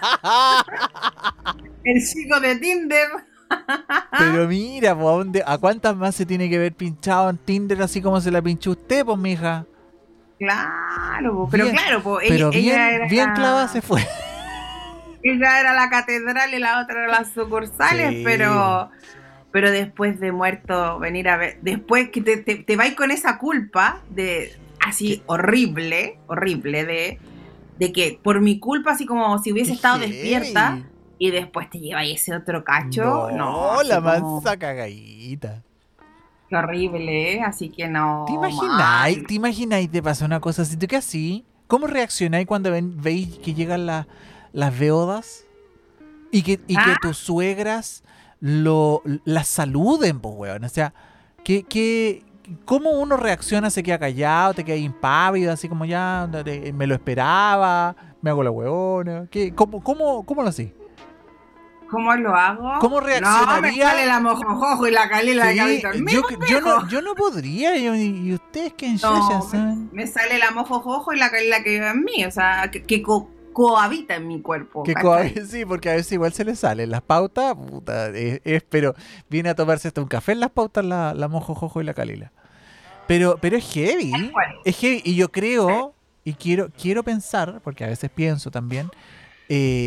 el chico de Tinder. Pero mira, po, ¿a, dónde- ¿a cuántas más se tiene que ver pinchado en Tinder así como se la pinchó usted, pues, mija? Claro, po, pero Bien, claro, po, Pero ella, bien, ella era bien la- clavada se fue. ella era la catedral y la otra era las sucursales, Sí. pero pero después de muerto venir a ver, después que te, te, te vais con esa culpa de así horrible, horrible de, de que por mi culpa así como si hubiese Qué estado heavy. despierta y después te lleváis ese otro cacho, no, No, la así como, mansa cagadita. qué horrible, ¿eh? Así que no. ¿Te imagináis? mal. ¿Te imagináis te pasa una cosa así? ¿Tú qué así? ¿Cómo reaccionáis cuando ven- veis que llegan la- las beodas? Y que, y que Ah. tus suegras lo, las saluden, pues, weón. O sea, que, que, ¿cómo uno reacciona? ¿Se queda callado? ¿Te queda impávido? Así como ya, de- me lo esperaba, me hago la weona. ¿Qué, cómo, cómo, ¿Cómo lo hacís? ¿Cómo lo hago? ¿Cómo No, me reaccionaría? sale la mojojojo y la calila de Sí, cabito. yo, yo, no, yo no podría. yo- ¿Y ustedes qué ensucias son? me sale la mojojojo y la calila que vive en mí, o sea, que, que co- cohabita en mi cuerpo. Que ¿cachai? cohabi- sí, porque a veces igual se le salen las pautas, puta, es, es- pero viene a tomarse hasta un café en las pautas la, la mojo jojo y la calila. Pero, pero es heavy, Tal cual. es heavy, y yo creo, y quiero, quiero pensar, porque a veces pienso también, eh,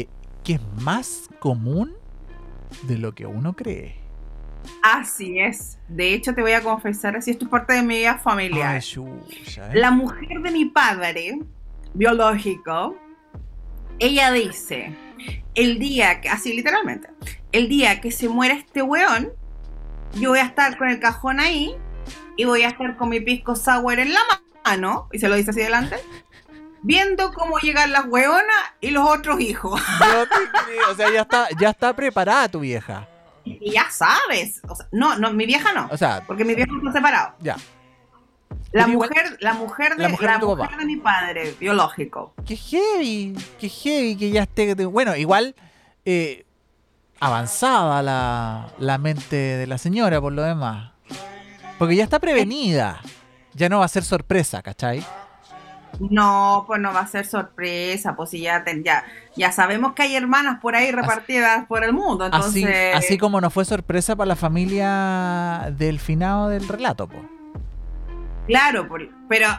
que es más común de lo que uno cree. Así es. De hecho, te voy a confesar, así esto es parte de mi vida familiar. Ay, chucha, ¿eh? La mujer de mi padre, biológico, ella dice, el día, que, así literalmente, el día que se muera este weón, yo voy a estar con el cajón ahí y voy a estar con mi pisco sour en la mano, y se lo dice así delante, viendo cómo llegan las weonas y los otros hijos. Yo te creo, o sea, ya está, ya está preparada tu vieja. Y ya sabes, o sea, no, no, mi vieja no, O sea, porque mi vieja está separado. Ya. La Pero igual- mujer, la mujer de la mujer la de tu mujer papá. de mi padre, biológico. Qué heavy, qué heavy que ya esté. Bueno, igual eh, avanzada la, la mente de la señora por lo demás. Porque ya está prevenida. Ya no va a ser sorpresa, ¿cachai? No, pues no va a ser sorpresa, pues si ya, te- ya, ya sabemos que hay hermanas por ahí repartidas por el mundo, Así, entonces... así como no fue sorpresa para la familia del finado del relato, po. Claro, por- pero...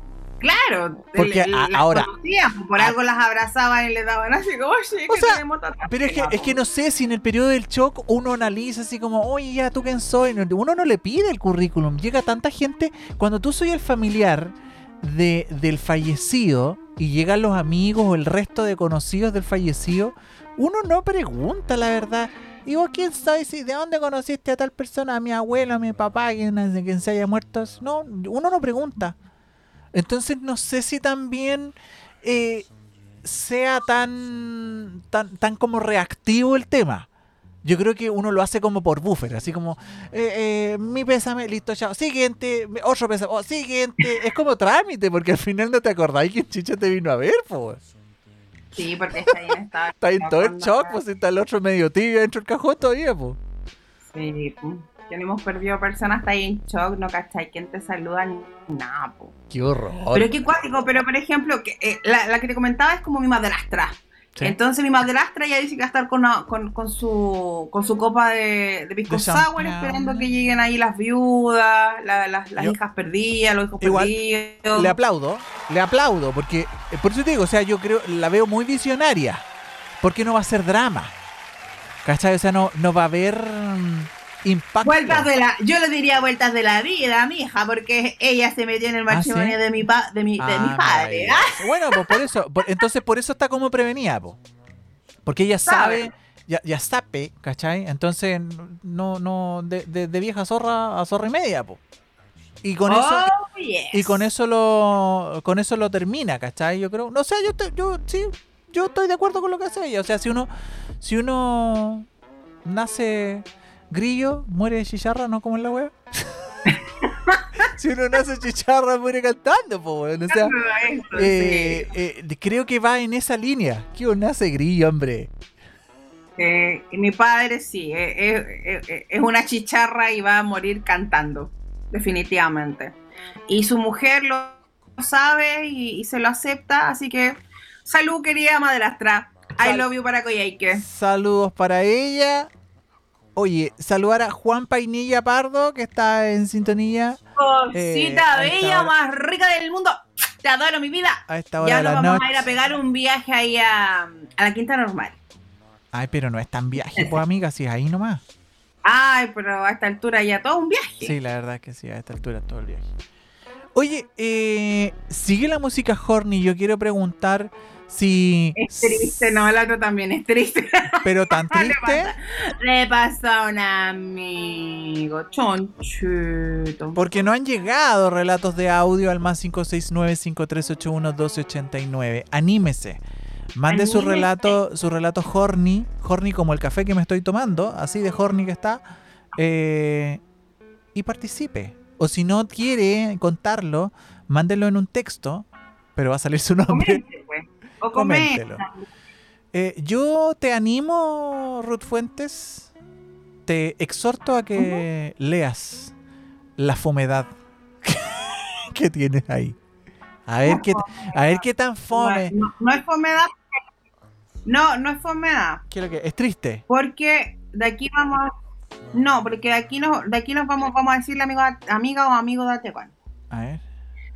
Claro, Porque le- a- las ahora- conocían, pues, por a- algo las abrazaban y les daban así como, oye, O que sea, tenemos tanta Pero es que, pega, es que po". no sé si en el periodo del shock uno analiza así como, oye, ya, ¿tú quién soy? No, uno no le pide el currículum. Llega tanta gente. Cuando tú soy el familiar de, del fallecido y llegan los amigos o el resto de conocidos del fallecido, uno no pregunta la verdad. ¿Y vos quién sois? ¿De dónde conociste a tal persona? A mi abuelo, a mi papá, quien, quien se haya muerto. No, uno no pregunta. Entonces no sé si también eh, sea tan, tan tan como reactivo el tema. Yo creo que uno lo hace como por buffer, así como eh, eh, mi pésame, listo, chao, siguiente, otro pésame, oh, siguiente. Es como trámite, porque al final no te acordáis quién chicha te vino a ver, pues. Sí, porque está ahí en estado... Está en todo el cuando- shock, pues está el otro medio tibio dentro del cajón todavía, pues. Sí, pues, que no hemos perdido personas, está ahí en shock, no cachai, quién te saluda, ni nada, pues. Qué horror. Pero es que cuático, pero por ejemplo, que, eh, la, la que te comentaba es como mi madrastra. Sí. Entonces mi madrastra ya dice que va a estar con, una- con, con su con su copa de, de pisco De sour, champán. esperando que lleguen ahí las viudas, la- las, las Yo- hijas perdidas, los hijos Igual, perdidos. Le aplaudo, le aplaudo, porque eh, por eso te digo, o sea, yo creo, la veo muy visionaria, porque no va a ser drama, ¿cachai? O sea, no, no va a haber mm, impacto. Vueltas de la, yo le diría vueltas de la vida, mija, porque ella se metió en el matrimonio ¿sí? de mi pa, de mi, de mi Ah, padre. mira, ¿ah? bueno, pues por eso, por- entonces por eso está como prevenida, po. Porque ella sabe, Sabe. ya, ya sabe, ¿cachai? Entonces, no, no, de, de, de vieja zorra a zorra y media, po. Y con eso, Oh, yes. y con eso lo, con eso lo termina, ¿cachai? Yo creo, no sé, yo, te- yo sí, yo estoy de acuerdo con lo que hace ella. O sea, si uno, si uno nace grillo, muere de chicharra, ¿no? Como en la web. Si uno nace chicharra, muere cantando, po, weón. O sea, Eso, eh, sí. eh, creo que va en esa línea. Que uno nace grillo, hombre. Eh, y mi padre sí, eh, eh, eh, es una chicharra y va a morir cantando, definitivamente. Y su mujer lo sabe y, y se lo acepta, así que salud, querida madrastra. I Sal- love you para Coyhaique. Saludos para ella. Oye, saludar a Juan Painilla Pardo, que está en sintonía Cosita Eh, a esta bella, hora- más rica del mundo. Te adoro, mi vida. a esta hora Ya de nos la vamos noche. a ir a pegar un viaje ahí a, a la Quinta Normal. Ay, pero no es tan viaje, pues, amiga, si es ahí nomás. Ay, pero a esta altura ya todo un viaje. Sí, la verdad es que sí, a esta altura todo el viaje. Oye, eh, sigue la música horny. Yo quiero preguntar si. Es triste, no, el otro también es triste. Pero tan Le triste. pasa- Le pasa a un amigo, chonchito. Porque no han llegado relatos de audio al más cinco seis nueve, cinco tres ocho uno, uno dos ocho nueve. Anímese. Mande su Anímese. relato, su relato horny, horny como el café que me estoy tomando, así de horny que está, eh, y participe. O si no quiere contarlo, mándelo en un texto, pero va a salir su nombre. Comente, pues. O Coméntelo. comenta. Eh, yo te animo, Ruth Fuentes, te exhorto a que leas la fomedad que tienes ahí. A ver qué, a ver qué tan fome. No, no, no es fomedad. No, no es fomedad. ¿Qué es lo que es triste? Porque de aquí vamos. No, porque de aquí nos, de aquí nos vamos, vamos a decirle amigo, amiga o amigo de Atecuan. A ver.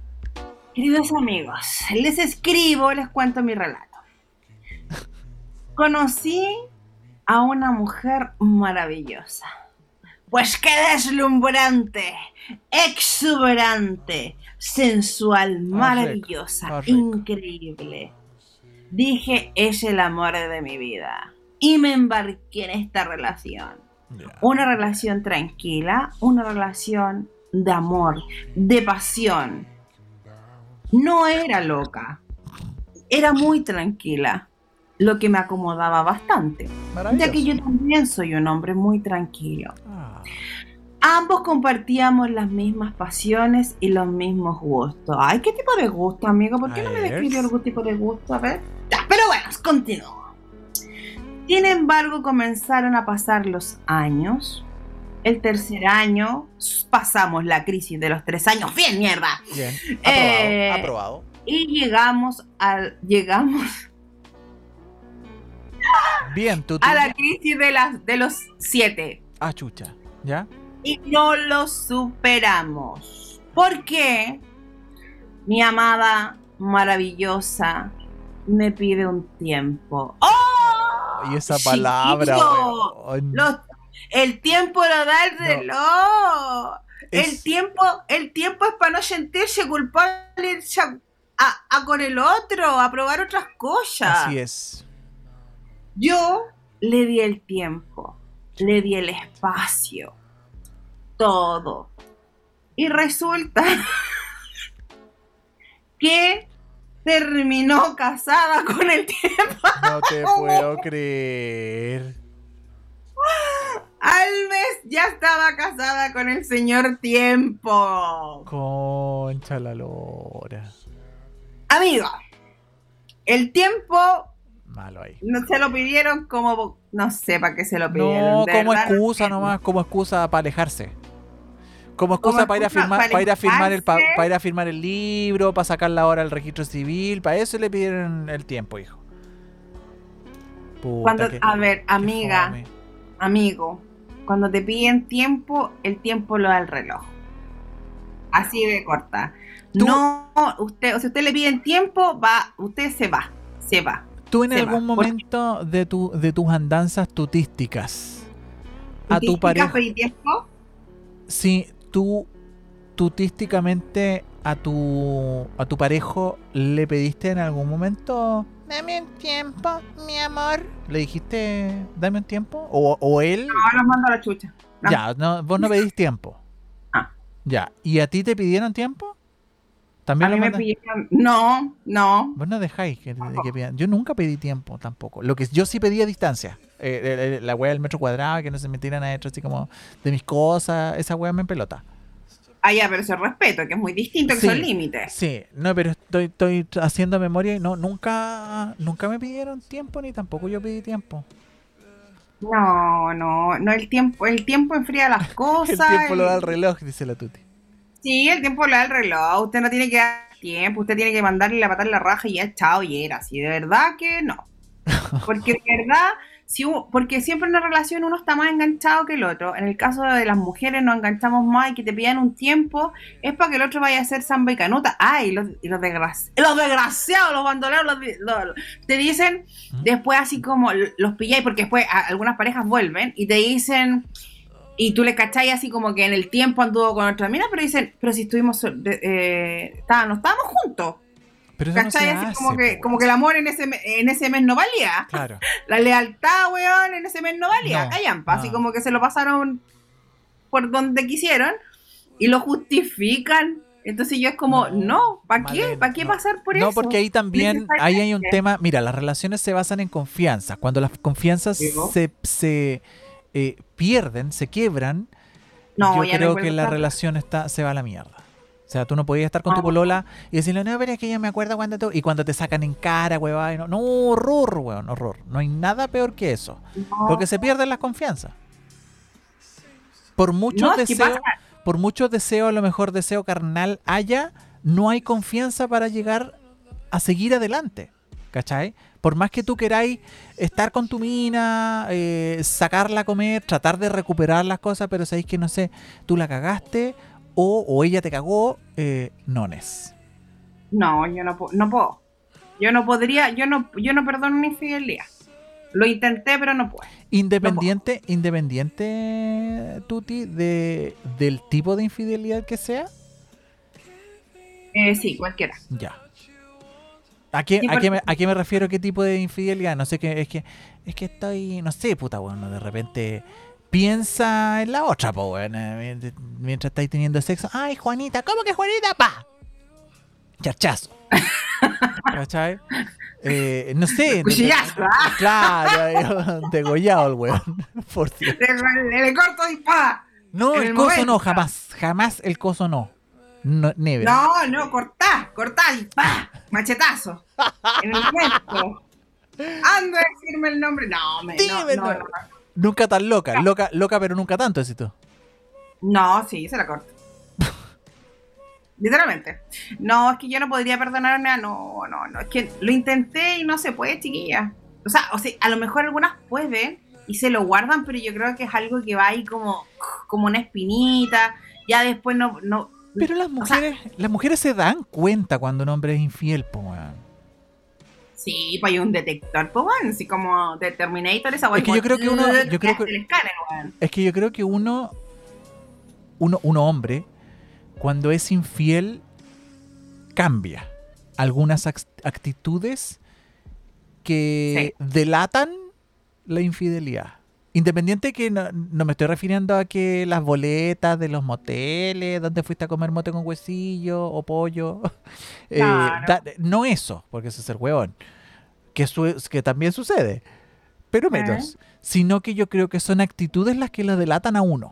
Queridos amigos, les escribo, les cuento mi relato. Conocí a una mujer maravillosa. Pues qué deslumbrante, exuberante, sensual, maravillosa, oh, rico, oh, rico. increíble. Dije, es el amor de mi vida. Y me embarqué en esta relación. Yeah. Una relación tranquila, una relación de amor, de pasión. No era loca, era muy tranquila, lo que me acomodaba bastante, ya que yo también soy un hombre muy tranquilo. Ah. Ambos compartíamos las mismas pasiones y los mismos gustos. Ay, ¿qué tipo de gusto, amigo? ¿Por qué no me describió algún tipo de gusto? A ver. Ya, pero bueno, continúo. Sin embargo, comenzaron a pasar los años. El tercer año, pasamos la crisis de los tres años. ¡Bien, mierda! Bien, aprobado, eh, aprobado. Y llegamos al... Llegamos... Bien, tú... A la crisis de, las, de los siete. Ah, chucha. ¿Ya? Y no lo superamos. ¿Por qué? Mi amada, maravillosa, me pide un tiempo. ¡Oh! Y esa palabra... Los, el tiempo lo da el reloj. No. Es... El tiempo el tiempo es para no sentirse culpable a, a, a con el otro, a probar otras cosas. Así es. Yo le di el tiempo, le di el espacio, todo. Y resulta que terminó casada con el tiempo. No te puedo creer. Al mes ya estaba casada con el señor Tiempo. Concha la lora. Amigo, el Tiempo... Malo ahí. No se lo pidieron como... No sé para qué se lo pidieron. No, como excusa nomás, como excusa para alejarse. Como excusa para ir a firmar, para, para ir a firmar el para, para ir a firmar el libro, para sacar la hora del registro civil, para eso le pidieron el tiempo, hijo. Puta, Cuando, que, a ver, amiga, amigo, cuando te piden tiempo, el tiempo lo da el reloj. Así de corta. ¿Tú? No, usted, o si usted le piden tiempo, va, usted se va, se va. ¿Tú en se algún va. momento Porque... de tu de tus andanzas tutísticas a tu pareja pedí tiempo? Sí, tú tutísticamente a tu a tu parejo le pediste en algún momento dame un tiempo, mi amor? ¿Le dijiste dame un tiempo? ¿O, o él? No, lo mando a la chucha. No. Ya, no, vos no pedís tiempo. Ah. Ya, ¿y a ti te pidieron tiempo? ¿También a mí me pidieron? No, no. Vos no dejáis que, que pidan. Yo nunca pedí tiempo tampoco. Lo que yo sí pedí a distancia. Eh, la wea del metro cuadrado, que no se metieran adentro así como de mis cosas. Esa wea me empelota. Ah, ya, pero eso respeto, que es muy distinto, que sí, son límites. Sí, no, pero estoy, estoy haciendo memoria y no, nunca, nunca me pidieron tiempo ni tampoco yo pedí tiempo. No, no, no, el tiempo, el tiempo enfría las cosas. El tiempo y... lo da el reloj, dice la Tuti. Sí, el tiempo le da el reloj, usted no tiene que dar tiempo, usted tiene que mandarle la patada en la raja y ya chao y era así, de verdad que no. Porque de verdad, si hubo, porque siempre en una relación uno está más enganchado que el otro. En el caso de las mujeres nos enganchamos más y que te pidan un tiempo, es para que el otro vaya a hacer samba y canuta. Ay, los, y los, desgraci- los desgraciados, los bandoleros, los, los, te dicen después así como los pilláis, porque después a, algunas parejas vuelven y te dicen... Y tú le cachai así como que en el tiempo anduvo con otra mina, pero dicen, pero si estuvimos, eh, estábamos, estábamos juntos. Pero eso ¿cachai? No se así hace, como que, po. como que el amor en ese, en ese mes no valía. Claro. La lealtad, weón, en ese mes no valía. No, Callampa, no. así como que se lo pasaron por donde quisieron y lo justifican. Entonces yo es como, no, no ¿para qué? ¿Para qué no. pasar por no, eso? No, porque ahí también, ahí hay un tema, mira, las relaciones se basan en confianza. Cuando las confianzas ¿Digo? se, se eh, pierden, se quiebran, no, yo creo que la estar... relación está, se va a la mierda. O sea, tú no podías estar con no. tu polola y decirle, no, pero es que yo me acuerdo cuando tú... Y cuando te sacan en cara, huevada, y no, no, horror, weón, horror. No hay nada peor que eso. No. Porque se pierden las confianzas. Por muchos no, deseos, por muchos deseos, a lo mejor deseo carnal haya, no hay confianza para llegar a seguir adelante. ¿Cachai? Por más que tú queráis estar con tu mina, eh, sacarla a comer, tratar de recuperar las cosas, pero sabéis que, no sé, tú la cagaste o, o ella te cagó, eh, nones. No, yo no, no puedo. Yo no podría, yo no, yo no perdono una infidelidad. Lo intenté, pero no puedo. Independiente, no independiente, Tuti, de, del tipo de infidelidad que sea. Eh, sí, cualquiera. Ya. ¿A qué, Sí, a, qué me, ¿A qué me refiero? ¿Qué tipo de infidelidad? No sé, qué es que es que estoy, no sé, puta, bueno, de repente piensa en la otra, po, bueno, mientras estáis teniendo sexo. Ay, Juanita, ¿cómo que Juanita? ¡Pa! Charchazo. ¿Cachai? Eh, no sé. Cuchillazo, no, ¿ah? Claro, degollado el weón. Por cierto. Le, le corto y pa. No, En el, el coso momento. no, jamás. Jamás el coso no. No, never. No, no, cortá, cortá y pa. Machetazo. En el momento. Ando a decirme el nombre. No, me, no, Dime, no, no. no, no. Nunca tan loca. Loca, loca, pero nunca tanto, ¿sí tú? No, sí, se la corto. Literalmente. No, es que yo no podría perdonarme a... No, no, no. Es que lo intenté y no se puede, chiquilla. O sea, o sea, a lo mejor algunas pueden y se lo guardan, pero yo creo que es algo que va ahí como, como una espinita. Ya después no... no Pero las mujeres, o sea, las mujeres se dan cuenta cuando un hombre es infiel, po, weón. Sí, pues hay un detector, pues bueno, así como de Terminator, esa Es que yo creo que uno... Yo creo que, el escáner, bueno. Es que yo creo que uno... Uno, uno hombre... Cuando es infiel, cambia algunas actitudes que sí. delatan la infidelidad. Independiente que no, no me estoy refiriendo a que las boletas de los moteles, donde fuiste a comer mote con huesillo o pollo, claro. eh, da, no eso, porque eso es el huevón, que, su, que también sucede, pero menos, ¿eh? Sino que yo creo que son actitudes las que lo delatan a uno.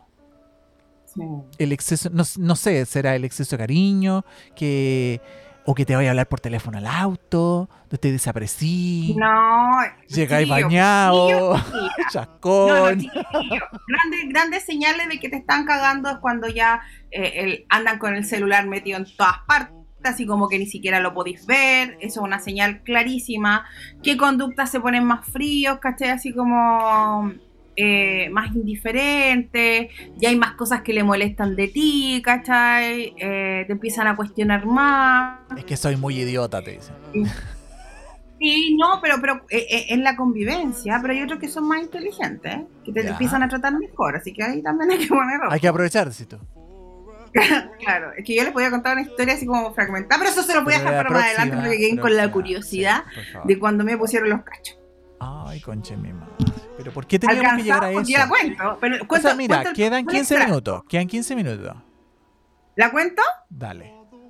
El exceso, no, no sé, será el exceso de cariño, que o que te vaya a hablar por teléfono al auto, te desaparecí, no, llegáis bañado, chascón. No, no, grandes, grandes señales de que te están cagando es cuando ya eh, el, andan con el celular metido en todas partes, así como que ni siquiera lo podéis ver. Eso es una señal clarísima. ¿Qué conductas se ponen más fríos, caché? Así como... Eh, más indiferente, ya hay más cosas que le molestan de ti, ¿cachai? Eh, te empiezan a cuestionar más. Es que soy muy idiota, te dicen. Sí, sí no, pero, pero eh, eh, en la convivencia, pero hay otros que son más inteligentes, ¿eh? Que te, te empiezan a tratar mejor, así que ahí también hay que poner ojo. Hay que aprovecharse, tú. Claro, es que yo les podía contar una historia así como fragmentada, pero eso se lo voy a dejar para más adelante porque quedé con la curiosidad sí, de cuando me pusieron los cachos. Ay, conche mi madre. ¿Pero por qué teníamos que llegar a eso? Yo la cuento. Pero cuento, o sea, mira, cuento, quedan quince minutos. Quedan quince minutos. ¿La cuento? Dale.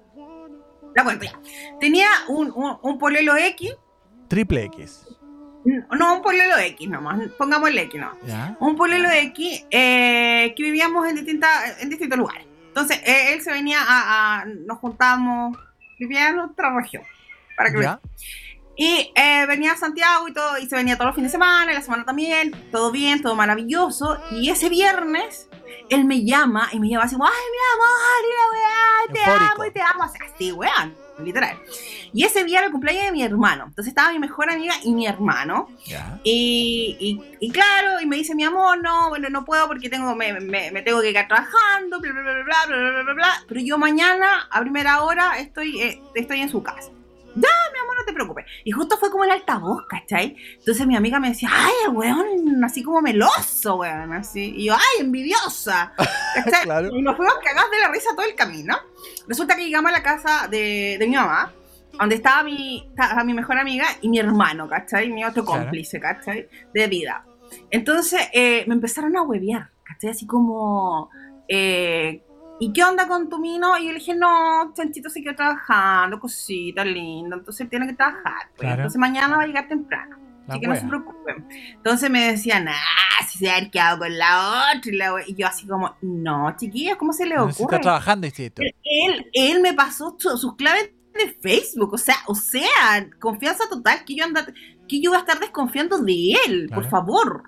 La cuento ya. Tenía un, un, un pololo X. Triple X. No, un pololo X nomás. Pongamos el X, ¿no? ¿Ya? Un pololo X eh, que vivíamos en, distintas, en distintos lugares. Entonces, eh, él se venía a, a... Nos juntábamos... Vivía en otra región. Para que ¿Ya? Y eh, venía a Santiago y todo, y se venía todos los fines de semana, y la semana también, todo bien, todo maravilloso. Y ese viernes, él me llama y me llama así, ay, mi amor, y la weá, te Eufórico. amo y te amo, o sea, así, weá, literal. Y ese día era el cumpleaños de mi hermano. Entonces estaba mi mejor amiga y mi hermano. ¿Ya? Y, y, y claro, y me dice mi amor, no, bueno, no puedo porque tengo, me, me, me tengo que quedar trabajando, bla, bla, bla, bla, bla, bla, bla, bla. Pero yo mañana, a primera hora, estoy, eh, estoy en su casa. Ya, mi amor, no te preocupes. Y justo fue como el altavoz, ¿cachai? Entonces mi amiga me decía, ay, el weón, así como meloso, weón, así. Y yo, ay, envidiosa, ¿cachai? Claro. Y nos fuimos cagados de la risa todo el camino. Resulta que llegamos a la casa de, de mi mamá, donde estaba mi, estaba mi mejor amiga y mi hermano, ¿cachai? Mi otro cómplice, ¿cachai? De vida. Entonces eh, me empezaron a huevear, ¿cachai? Así como... Eh, ¿y qué onda con tu mino? Y yo le dije, no, Chanchito se quedó trabajando, cosita linda, entonces él tiene que trabajar, pues. Claro. Entonces mañana va a llegar temprano, la así que wea. No se preocupen. Entonces me decían, ah, si se ha quedado con la otra, y, la y yo así como, no, chiquillos, ¿cómo se le ocurre? Se está trabajando, Istito. Él, él me pasó su, sus claves de Facebook, o sea, o sea, confianza total, que yo anda, que yo voy a estar desconfiando de él, claro. Por favor.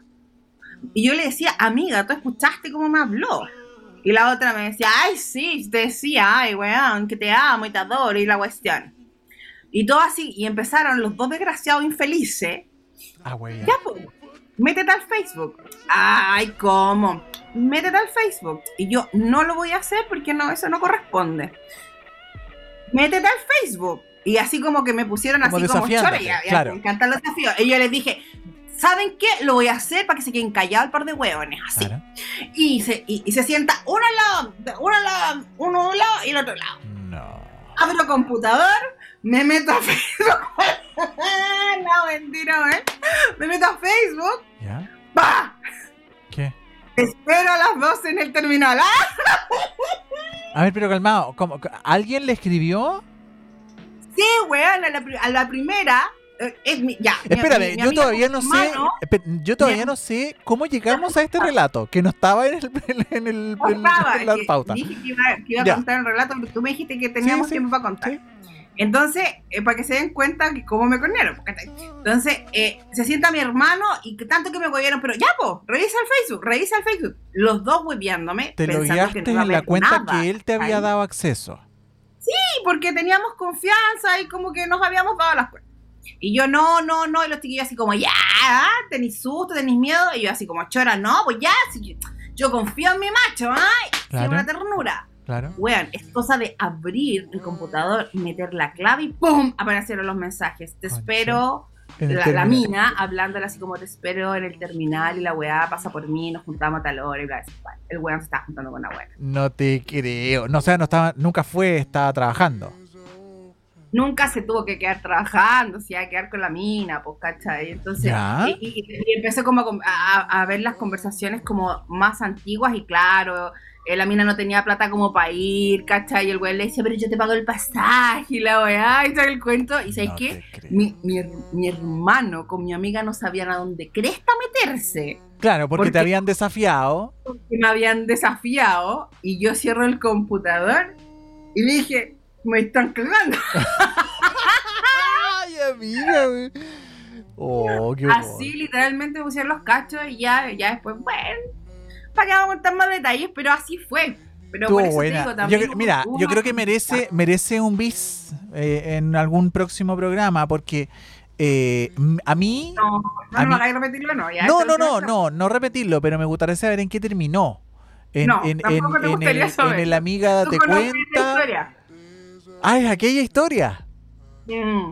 Y yo le decía, amiga, ¿tú escuchaste cómo me habló? Y la otra me decía, ay, sí, te decía, ay, weón, que te amo y te adoro, y la cuestión. Y todo así, y empezaron los dos desgraciados infelices. Ah, weón. Ya, pues, métete al Facebook. Ay, ¿cómo? Métete al Facebook. Y yo, no lo voy a hacer porque no, eso no corresponde. Métete al Facebook. Y así como que me pusieron como así como chora, y, y claro. Me encantan los desafíos. Y yo les dije, ¿saben qué? Lo voy a hacer para que se queden callados el par de hueones, así. Claro. Y, se, y, y se sienta uno al lado, uno al lado, uno a un lado y el otro lado. No. Abro computador, me meto a Facebook. No, mentira, ¿eh? Me meto a Facebook. ¿Ya? ¡Bah! ¿Qué? Espero a las doce en el terminal. ¡Ah! A ver, pero calmado. ¿Cómo? ¿Alguien le escribió? Sí, weón, a la, a la primera. Eh, es mi, ya, Espérame, mi, mi yo todavía no hermano, sé. Yo todavía mi, no sé cómo llegamos a este relato, que no estaba en, el, en, el, no estaba, en la que pauta. Dije que iba, que iba a ya. contar el relato, porque tú me dijiste que teníamos sí, sí, tiempo para contar. Sí. Entonces, eh, para que se den cuenta que cómo me cornearon. Entonces, eh, se sienta mi hermano y que tanto que me huevieron, pero ya, po, revisa el Facebook, revisa el Facebook. Los dos hueveándome. Te lo guiaste no en la cuenta nada, que él te había ¿sabes? dado acceso. Sí, porque teníamos confianza y como que nos habíamos dado las cuentas. Y yo, no, no, no, y los chiquillos así como, ya, tenéis susto, tenéis miedo. Y yo así como, chora, no, pues ya, si yo, yo confío en mi macho, ¿eh? Claro. Es una ternura. Claro. Weón, es cosa de abrir el computador y meter la clave y ¡pum! Aparecieron los mensajes. Te Concha. espero, En el la, la terminal. mina, hablándole así como te espero en el terminal y la weá pasa por mí, nos juntamos a tal hora y bla, bla. El weón se está juntando con la weá. No te creo. No, o sea, no estaba, nunca fue, estaba trabajando. Nunca se tuvo que quedar trabajando, se iba a quedar con la mina, pues, ¿cachai? Entonces, ¿Ya? y, y, y empecé como a, a, a ver las conversaciones como más antiguas y claro, eh, la mina no tenía plata como para ir, ¿cachai? Y el güey le decía, pero yo te pago el pasaje y la weá, y todo el cuento. Y ¿sabes No qué? te creo. Mi, mi, mi hermano con mi amiga no sabían a dónde cresta meterse. Claro, porque, Porque- te habían desafiado. Que me habían desafiado y yo cierro el computador y le dije, me están cagando. Ay, amiga, güey. Oh, qué horror. Así literalmente pusieron los cachos y ya, ya después, bueno, para que vamos a contar más detalles, pero así fue. Pero Estuvo por eso buena. te digo, Yo también cre- hubo- mira, hubo yo más creo que merece, merece un bis eh, en algún próximo programa porque eh, m- a mí... No, no, a no mí- hagáis repetirlo, no. Ya No, esto no, al no, final- no, no repetirlo, pero me gustaría saber en qué terminó. En, No, en, en, tampoco te en gustaría el, saber. en el amiga Tú te conoces esa cuenta. historia. Ah, es aquella historia. Mm.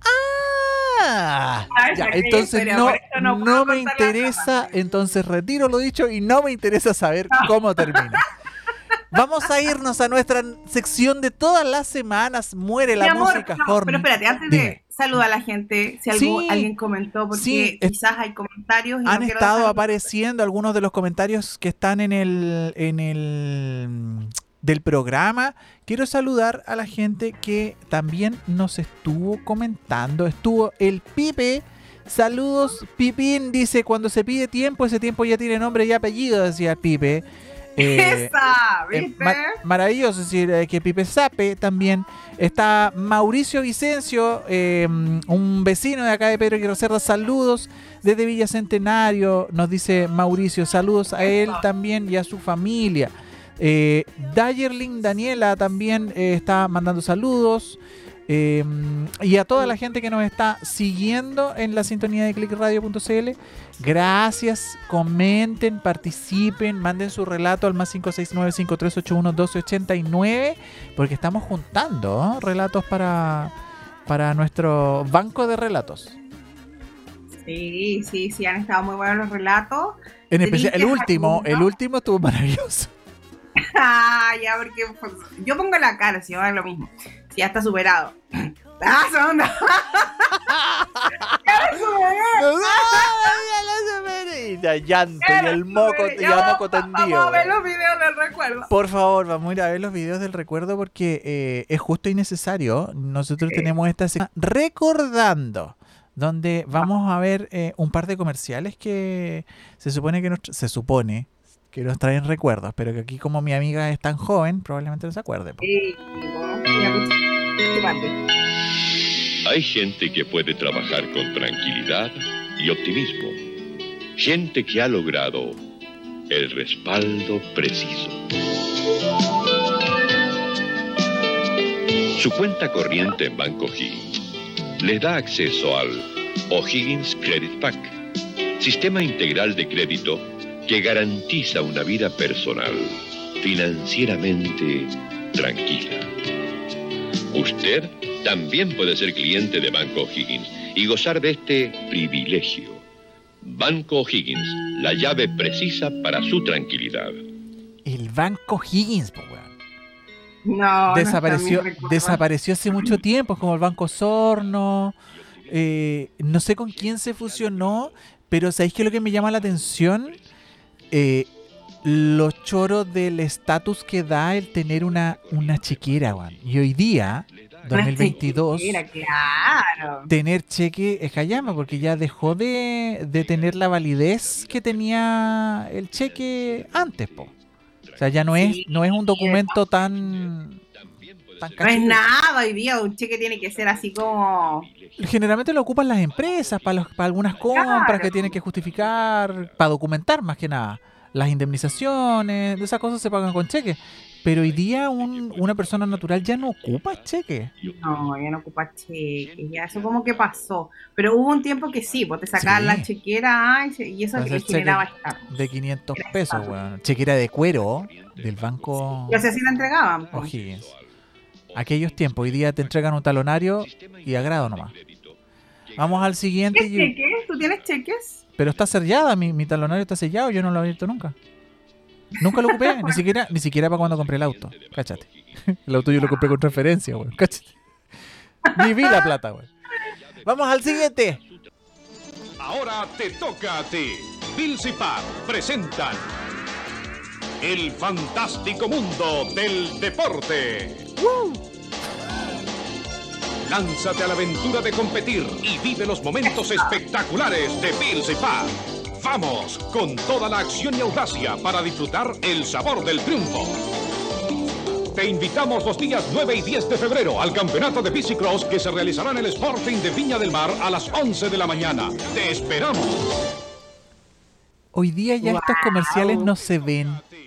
Ah, Ah, es ya, aquella entonces historia, no, por eso no no puedo me contar la interesa, trama. entonces retiro lo dicho y no me interesa saber cómo termina. Vamos a irnos a nuestra sección de todas las semanas. Muere la Mi amor, música no, horny. pero espérate, antes Dime. de saludar a la gente, si algo, Sí. alguien comentó, porque Sí, es- quizás hay comentarios y Han no quiero estado dejar- apareciendo algunos de los comentarios que están en el en el mm, del programa. Quiero saludar a la gente que también nos estuvo comentando. Estuvo el Pipe. Saludos, Pipín. Dice, cuando se pide tiempo, ese tiempo ya tiene nombre y apellido, decía el Pipe. Eh, Esa, Eh, ¿viste? ma- maravilloso, es decir, eh, que Pipe Sape también. Está Mauricio Vicencio, eh, un vecino de acá de Pedro Quiero Cerda. Saludos desde Villa Centenario, nos dice Mauricio. Saludos a él también y a su familia. Eh, Dayerling Daniela también eh, está mandando saludos. Eh, y a toda la gente que nos está siguiendo en la sintonía de click radio punto c l, gracias, comenten, participen, manden su relato al más cinco seis nueve cinco tres ocho uno uno dos ocho nueve, porque estamos juntando ¿eh? relatos para, para nuestro banco de relatos. Sí, sí, sí, han estado muy buenos los relatos. En Tenéis especial, el que último, dejar el uno. último estuvo maravilloso. Ah, ya, porque pues, yo pongo la cara, si no es lo mismo. Si ya está superado. ¡Ah, esa onda! ¡Ya lo superé! Y ya llanto y el moco, superé. y Ya el vamos- moco tendido. Vamos a ver los videos del recuerdo. Por favor, vamos a ir a ver los videos del recuerdo porque eh, es justo y necesario. Nosotros Sí. tenemos esta sección recordando, donde vamos a ver eh, un par de comerciales que se supone que nos, se supone que nos traen recuerdos, pero que aquí como mi amiga es tan joven, probablemente no se acuerde. po. Sí, bueno, ya, pues, ¿qué parte? Hay gente que puede trabajar con tranquilidad y optimismo. Gente que ha logrado el respaldo preciso. Su cuenta corriente en Banco O'Higgins les da acceso al O'Higgins Credit Pack, sistema integral de crédito que garantiza una vida personal financieramente tranquila. Usted también puede ser cliente de Banco O'Higgins y gozar de este privilegio. Banco O'Higgins, la llave precisa para su tranquilidad. El Banco Higgins, po, weón. No, Desapareció, no está desapareció hace mucho tiempo, es como el Banco Sorno. Eh, no sé con quién se fusionó, pero ¿sabéis qué es lo que me llama la atención? Eh, los choros del estatus que da el tener una, una chequera, weón. Y hoy día, dos mil veintidós, Era, claro. tener cheque es callama, porque ya dejó de, de tener la validez que tenía el cheque antes, po. O sea, ya no es, Sí, no es un documento tan, tan No es cachudo. nada hoy día, un cheque tiene que ser así como... Generalmente lo ocupan las empresas para, los, para algunas compras Claro. que tienen que justificar, para documentar más que nada. Las indemnizaciones, esas cosas se pagan con cheque. Pero hoy día un- una persona natural ya no ocupa cheque. No, ya no ocupa cheque, ya eso como que pasó. Pero hubo un tiempo que sí, pues te sacaban Sí. la chequera ay, se- y eso Para que hacer generaba cheque estatus. de quinientos pesos, weón. Chequera de cuero del banco Y así así la entregaban. pues. O'Higgins. Aquellos tiempos, hoy día te entregan un talonario y a grado nomás. Vamos al siguiente. ¿Tienes y- cheques? ¿Tú tienes cheques? Pero está sellada, mi, mi talonario está sellado, yo no lo he abierto nunca. Nunca lo ocupé, ni siquiera ni siquiera para cuando compré el auto. Cáchate. El auto yo lo compré con transferencia, weón. Cáchate. Ni vi la plata, weón. Vamos al siguiente. Ahora te toca a ti. Bills y Pat presentan El fantástico mundo del deporte. Lánzate a la aventura de competir y vive los momentos espectaculares de Bills y Pat. Vamos con toda la acción y audacia para disfrutar el sabor del triunfo. Te invitamos los días nueve y diez de febrero al campeonato de bicicross que se realizará en el Sporting de Viña del Mar a las once de la mañana. ¡Te esperamos! Hoy día ya estos comerciales no se ven.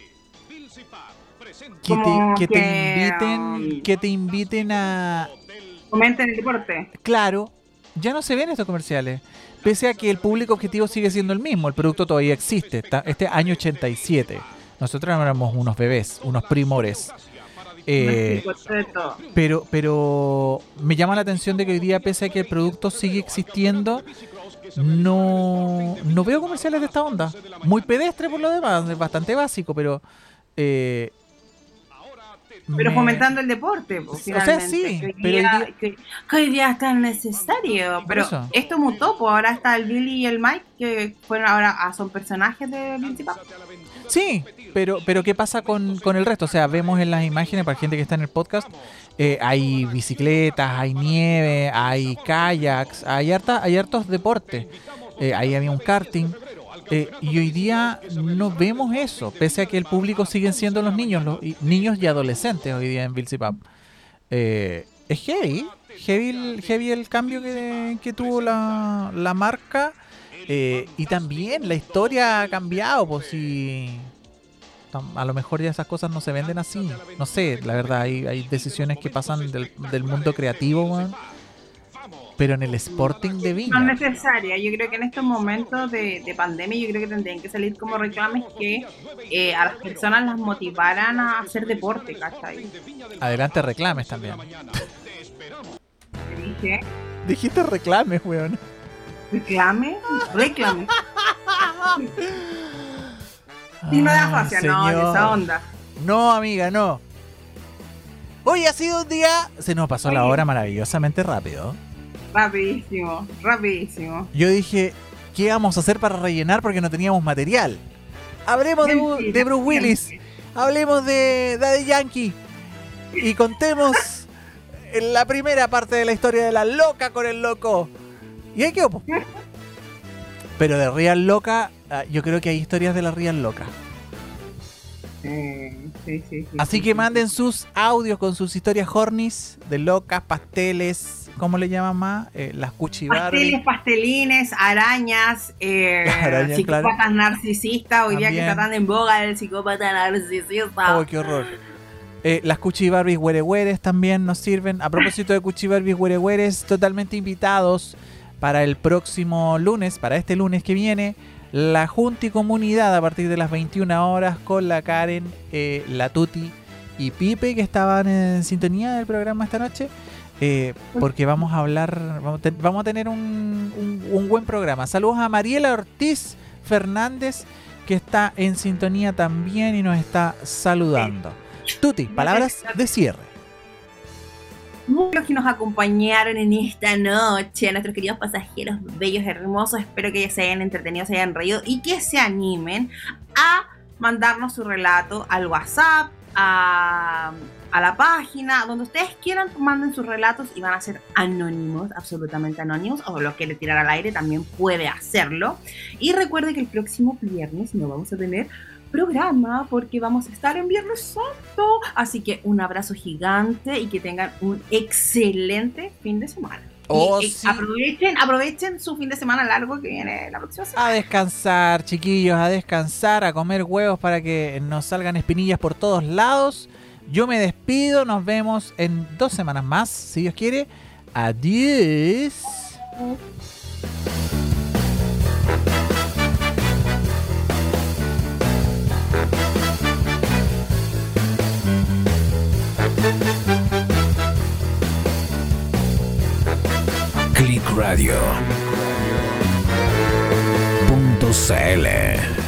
Que te, Como que te que, inviten, um, que te inviten a... Comenten el deporte. Claro, ya no se ven estos comerciales. Pese a que el público objetivo sigue siendo el mismo, el producto todavía existe. Está- Este año ochenta y siete. Nosotros éramos unos bebés, unos primores. Eh, Me explico de todo. pero, pero me llama la atención de que hoy día, pese a que el producto sigue existiendo, no, no veo comerciales de esta onda. Muy pedestre por lo demás, es bastante básico, pero... eh, Pero me- fomentando el deporte, pues, O sea, finalmente, sí, que hoy pero hoy día, día- que, que hoy día es tan necesario. Por Pero eso. esto mutó, pues ahora está el Billy y el Mike, que fueron ahora ah, son personajes de Billy y Pat. Sí, pero, pero ¿qué pasa con, con el resto? O sea, vemos en las imágenes, para gente que está en el podcast, eh, hay bicicletas, hay nieve, hay kayaks, hay, harta, hay hartos deportes. Eh, ahí había un karting. Eh, y hoy día no vemos eso, pese a que el público siguen siendo los niños, los y- niños y adolescentes hoy día en Bills y Pap. Eh, es heavy, heavy, el- heavy el cambio que, que tuvo la, la marca. Eh, y también la historia ha cambiado, pues si tam- a lo mejor ya esas cosas no se venden así. No sé, la verdad, hay, hay decisiones que pasan del, del mundo creativo, weón. Pero en el Sporting de No Viña. es necesaria. Yo creo que en estos momentos de, de pandemia, yo creo que tendrían que salir como reclames que eh, a las personas las motivaran a hacer deporte, ¿cachai? Adelante reclames también. Dije, Dijiste reclames, weón. reclame, reclame. Y no da fácil, no, de señor. esa onda. No, amiga, no. Hoy ha sido un día... Se nos pasó la Oye. hora maravillosamente rápido. Rapidísimo, rapidísimo. Yo dije, ¿qué vamos a hacer para rellenar? Porque no teníamos material. Hablemos de, Bu- Mentira, de Bruce Willis. Hablemos de Daddy Yankee. Y contemos en la primera parte de la historia de la loca con el loco. Y ahí quedó, po. Pero de Real Loca, ah, yo creo que hay historias de la Real Loca. Eh, sí, sí, sí, Así sí, que sí, manden sus audios con sus historias hornis de locas, pasteles, ¿cómo le llaman más? Eh, las Cuchi Barbie. Pasteles, pastelines, arañas, eh, Arañas, psicópatas claro. narcisistas, hoy día que También. está tan en boga el psicópata narcisista. ¡Oh, qué horror! Eh, las Cuchi Barbies Güeregüeres también nos sirven. A propósito de Cuchi Barbies Güeregüeres, totalmente invitados para el próximo lunes, para este lunes que viene, la Junta y Comunidad a partir de las veintiuna horas con la Karen, eh, la Tuti y Pipe, que estaban en sintonía del programa esta noche. eh, porque vamos a hablar, vamos, te, vamos a tener un, un, un buen programa. Saludos a Mariela Ortiz Fernández, que está en sintonía también y nos está saludando. Tuti, palabras de cierre. Muchos que nos acompañaron en esta noche, nuestros queridos pasajeros bellos, hermosos, espero que se hayan entretenido, se hayan reído y que se animen a mandarnos su relato al WhatsApp, a, a la página, donde ustedes quieran, manden sus relatos y van a ser anónimos, absolutamente anónimos, o lo quiere tirar al aire también puede hacerlo. Y recuerde que el próximo viernes no vamos a tener programa porque vamos a estar en Viernes Santo, así que un abrazo gigante y que tengan un excelente fin de semana. Oh, y, sí. aprovechen, aprovechen su fin de semana largo que viene la próxima semana. A descansar, chiquillos, a descansar, a comer huevos para que nos salgan espinillas por todos lados. Yo me despido, nos vemos en dos semanas más, si Dios quiere. Adiós. click radio punto c l